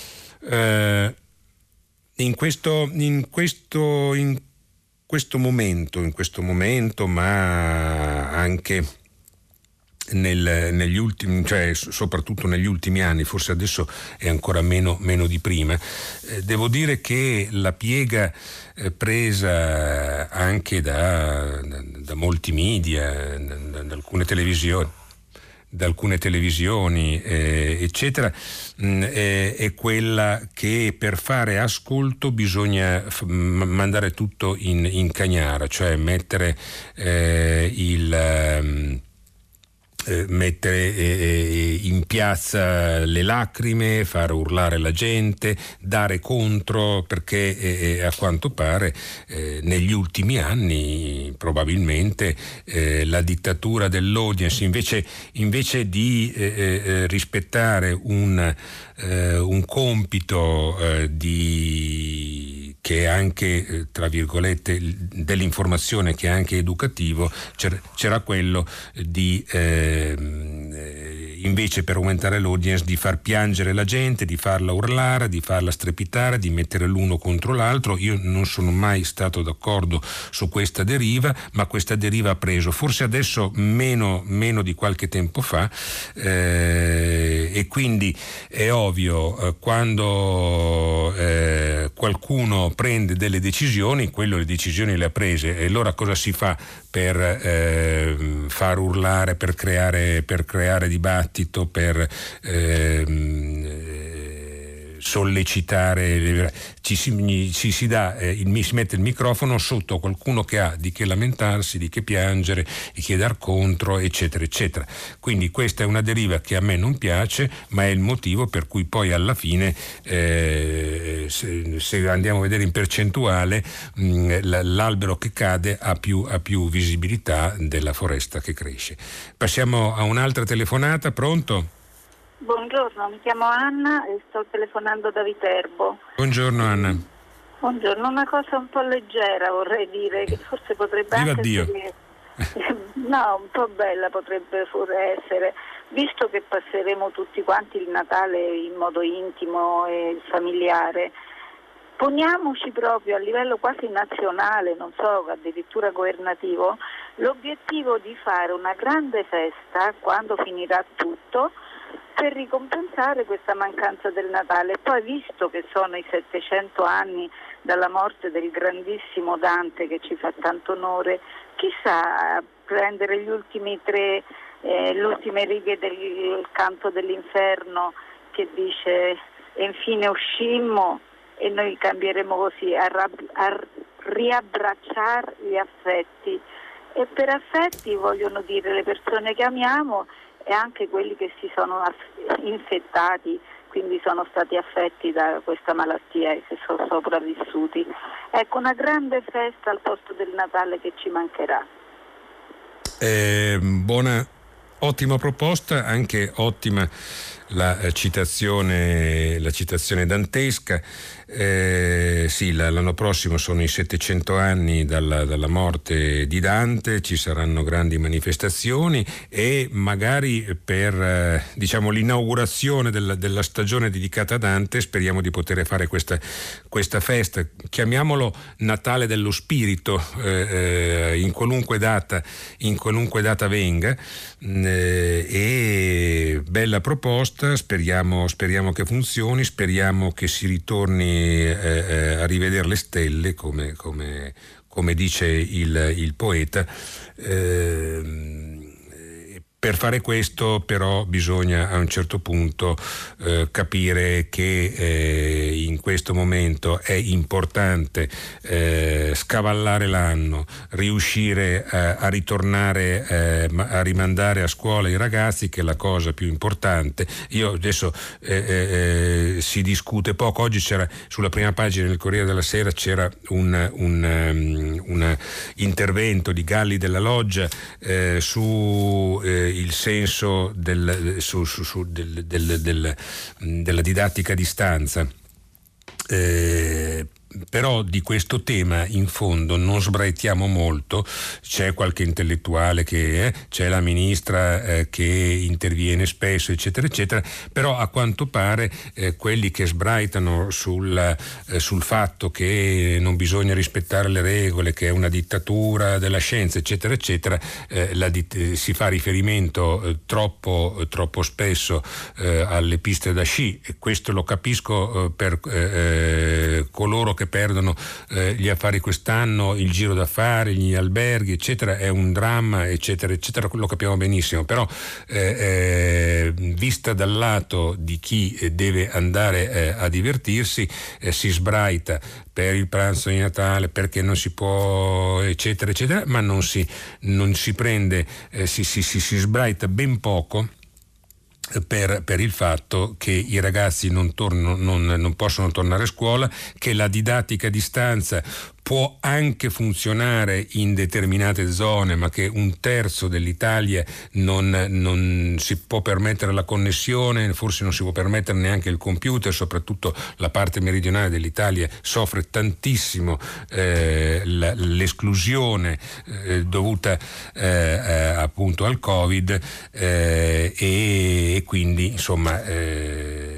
Uh, in questo in questo in questo momento in questo momento ma anche nel, negli ultimi, cioè soprattutto negli ultimi anni, forse adesso è ancora meno, meno di prima. Eh, devo dire che la piega eh, presa anche da, da, da molti media, da, da alcune televisioni, da alcune televisioni eh, eccetera, mh, è, è quella che per fare ascolto bisogna f- mandare tutto in, in cagnara, cioè mettere eh, il um, Eh, mettere eh, in piazza le lacrime, far urlare la gente, dare contro, perché eh, a quanto pare eh, negli ultimi anni probabilmente eh, la dittatura dell'audience, invece, invece di eh, eh, rispettare un, eh, un compito eh, di che è anche, eh, tra virgolette, dell'informazione, che è anche educativo, c'era, c'era quello di eh, invece, per aumentare l'audience, di far piangere la gente, di farla urlare, di farla strepitare, di mettere l'uno contro l'altro. Io non sono mai stato d'accordo su questa deriva, ma questa deriva ha preso, forse adesso meno, meno di qualche tempo fa, eh, e quindi è ovvio, eh, quando eh, qualcuno prende delle decisioni, quello le decisioni le ha prese, e allora cosa si fa per eh, far urlare, per creare, per creare dibattito, per eh, sollecitare, ci si, ci si dà, eh, il, si mette il microfono sotto qualcuno che ha di che lamentarsi, di che piangere, di che dar contro, eccetera, eccetera. Quindi questa è una deriva che a me non piace, ma è il motivo per cui poi alla fine, eh, se, se andiamo a vedere in percentuale, mh, l'albero che cade ha più, ha più visibilità della foresta che cresce. Passiamo a un'altra telefonata. Pronto? Buongiorno, mi chiamo Anna e sto telefonando da Viterbo. Buongiorno Anna. Buongiorno, una cosa un po' leggera vorrei dire, che forse potrebbe Viva anche Dio. essere, no, un po' bella potrebbe pure essere, visto che passeremo tutti quanti il Natale in modo intimo e familiare. Poniamoci proprio a livello quasi nazionale, non so, addirittura governativo, l'obiettivo di fare una grande festa quando finirà tutto, per ricompensare questa mancanza del Natale. Poi, visto che sono i settecento anni dalla morte del grandissimo Dante, che ci fa tanto onore, chissà, prendere gli ultimi tre, eh, le ultime righe del canto dell'inferno, che dice: e infine uscimmo, e noi cambieremo così, a, rab- a riabbracciare gli affetti. E per affetti vogliono dire le persone che amiamo e anche quelli che si sono infettati, quindi sono stati affetti da questa malattia e che sono sopravvissuti. Ecco, una grande festa al posto del Natale che ci mancherà. Eh, buona, ottima proposta, anche ottima la citazione, la citazione dantesca. Eh, sì, l'anno prossimo sono i settecento anni dalla, dalla morte di Dante, ci saranno grandi manifestazioni e magari per eh, diciamo l'inaugurazione della, della stagione dedicata a Dante speriamo di poter fare questa, questa festa, chiamiamolo Natale dello Spirito, eh, in qualunque data, in qualunque data venga, eh, e bella proposta, speriamo, speriamo che funzioni, speriamo che si ritorni Eh, a rivedere le stelle, come, come, come dice il, il poeta. Eh, Per fare questo però bisogna a un certo punto eh, capire che eh, in questo momento è importante eh, scavallare l'anno, riuscire eh, a ritornare, eh, a rimandare a scuola i ragazzi, che è la cosa più importante. Io adesso eh, eh, si discute poco, oggi c'era sulla prima pagina del Corriere della Sera c'era un, un, um, un intervento di Galli della Loggia eh, su eh, il senso del, su, su, su, del, del, del, della didattica a distanza. Eh, però di questo tema in fondo non sbraitiamo molto. C'è qualche intellettuale che eh, c'è la ministra eh, che interviene spesso, eccetera eccetera, però a quanto pare eh, quelli che sbraitano sul, eh, sul fatto che non bisogna rispettare le regole, che è una dittatura della scienza, eccetera eccetera, eh, la dit- si fa riferimento eh, troppo, troppo spesso eh, alle piste da sci, e questo lo capisco eh, per eh, coloro che perdono eh, gli affari quest'anno, il giro d'affari, gli alberghi, eccetera, è un dramma, eccetera eccetera, lo capiamo benissimo, però eh, eh, vista dal lato di chi deve andare eh, a divertirsi, eh, si sbraita per il pranzo di Natale, perché non si può, eccetera eccetera, ma non si, non si prende, eh, si, si, si, si sbraita ben poco Per, per il fatto che i ragazzi non, tornano, non, non possono tornare a scuola, che la didattica a distanza può anche funzionare in determinate zone, ma che un terzo dell'Italia non, non si può permettere la connessione, forse non si può permettere neanche il computer, soprattutto la parte meridionale dell'Italia soffre tantissimo eh, la, l'esclusione eh, dovuta eh, eh, appunto al Covid eh, e, e quindi insomma eh,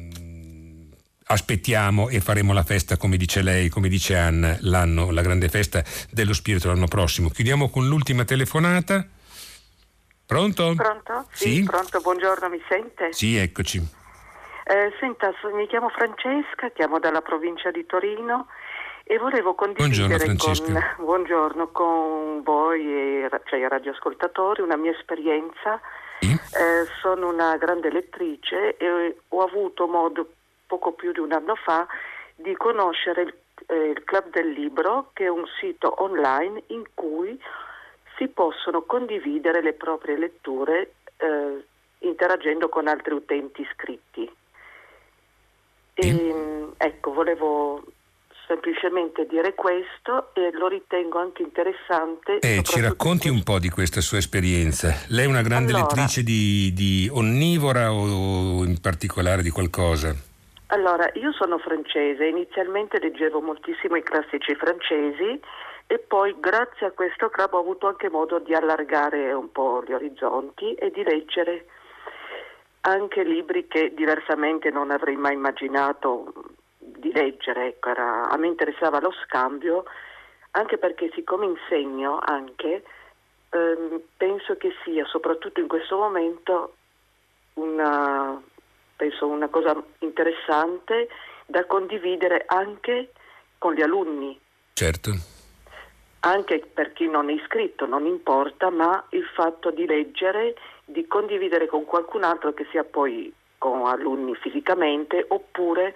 aspettiamo e faremo la festa, come dice lei, come dice Anna, l'anno, la grande festa dello spirito l'anno prossimo. Chiudiamo con l'ultima telefonata. Pronto? Pronto? Sì, sì? Pronto, buongiorno, mi sente? Sì, eccoci. Eh, senta, mi chiamo Francesca, chiamo dalla provincia di Torino e volevo condividere buongiorno, Francesca. con, buongiorno, con voi, e, cioè i radioascoltatori, una mia esperienza. Sì? Eh, sono una grande lettrice e ho avuto modo poco più di un anno fa di conoscere il, eh, il Club del Libro, che è un sito online in cui si possono condividere le proprie letture eh, interagendo con altri utenti iscritti. E, mm. Ecco, volevo semplicemente dire questo e lo ritengo anche interessante. Eh, ci racconti un po' di questa sua esperienza. Lei è una grande allora, lettrice di, di onnivora o in particolare di qualcosa? Allora, io sono francese, inizialmente leggevo moltissimo i classici francesi e poi grazie a questo club ho avuto anche modo di allargare un po' gli orizzonti e di leggere anche libri che diversamente non avrei mai immaginato di leggere. Ecco, era, a me interessava lo scambio, anche perché siccome insegno anche, ehm, penso che sia soprattutto in questo momento una... penso una cosa interessante da condividere anche con gli alunni. Certo. Anche per chi non è iscritto, non importa, ma il fatto di leggere, di condividere con qualcun altro, che sia poi con alunni fisicamente oppure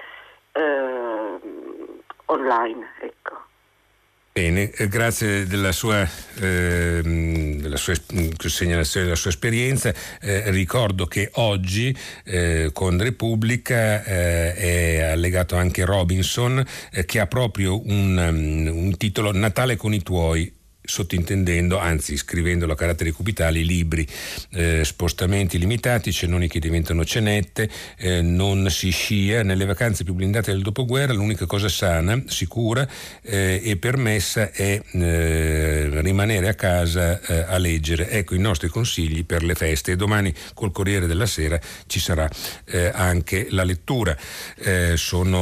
eh, online, ecco. Bene, eh, grazie della sua, eh, della sua segnalazione, della sua esperienza. Eh, ricordo che oggi eh, con Repubblica eh, è allegato anche Robinson, eh, che ha proprio un, um, un titolo, Natale con i tuoi, sottintendendo, anzi scrivendolo a caratteri cubitali, libri, eh, spostamenti limitati, cenoni che diventano cenette, eh, non si scia, nelle vacanze più blindate del dopoguerra l'unica cosa sana, sicura eh, e permessa è eh, rimanere a casa eh, a leggere. Ecco i nostri consigli per le feste, e domani col Corriere della Sera ci sarà eh, anche la lettura. Eh,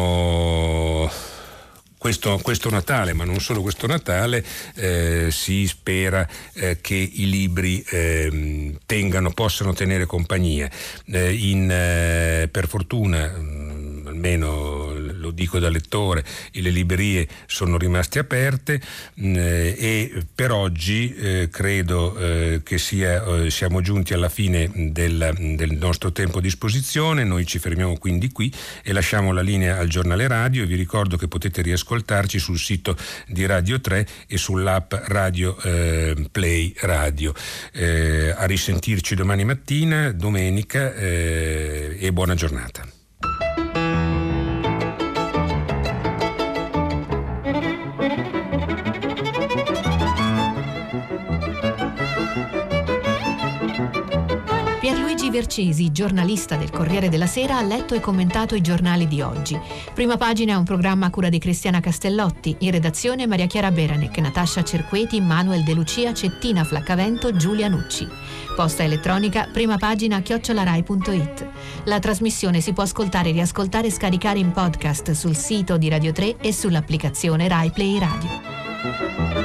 sono... Questo, questo Natale, ma non solo questo Natale, eh, si spera eh, che i libri eh, tengano, possano tenere compagnia. Eh, in, eh, per fortuna, mh, almeno lo dico da lettore, le librerie sono rimaste aperte mh, e per oggi eh, credo eh, che sia, eh, siamo giunti alla fine del, del nostro tempo a disposizione. Noi ci fermiamo quindi qui e lasciamo la linea al giornale radio, e vi ricordo che potete riascoltarci sul sito di Radio tre e sull'app Radio eh, Play Radio. Eh, a risentirci domani mattina, domenica, eh, e buona giornata. Vercesi, giornalista del Corriere della Sera, ha letto e commentato i giornali di oggi. Prima Pagina è un programma a cura di Cristiana Castellotti, in redazione Maria Chiara Beranec, Natascia Cerqueti, Manuel De Lucia, Cettina Flaccavento, Giulia Nucci. Posta elettronica primapagina chiocciola rai punto it. La trasmissione si può ascoltare, riascoltare e scaricare in podcast sul sito di Radio tre e sull'applicazione Rai Play Radio.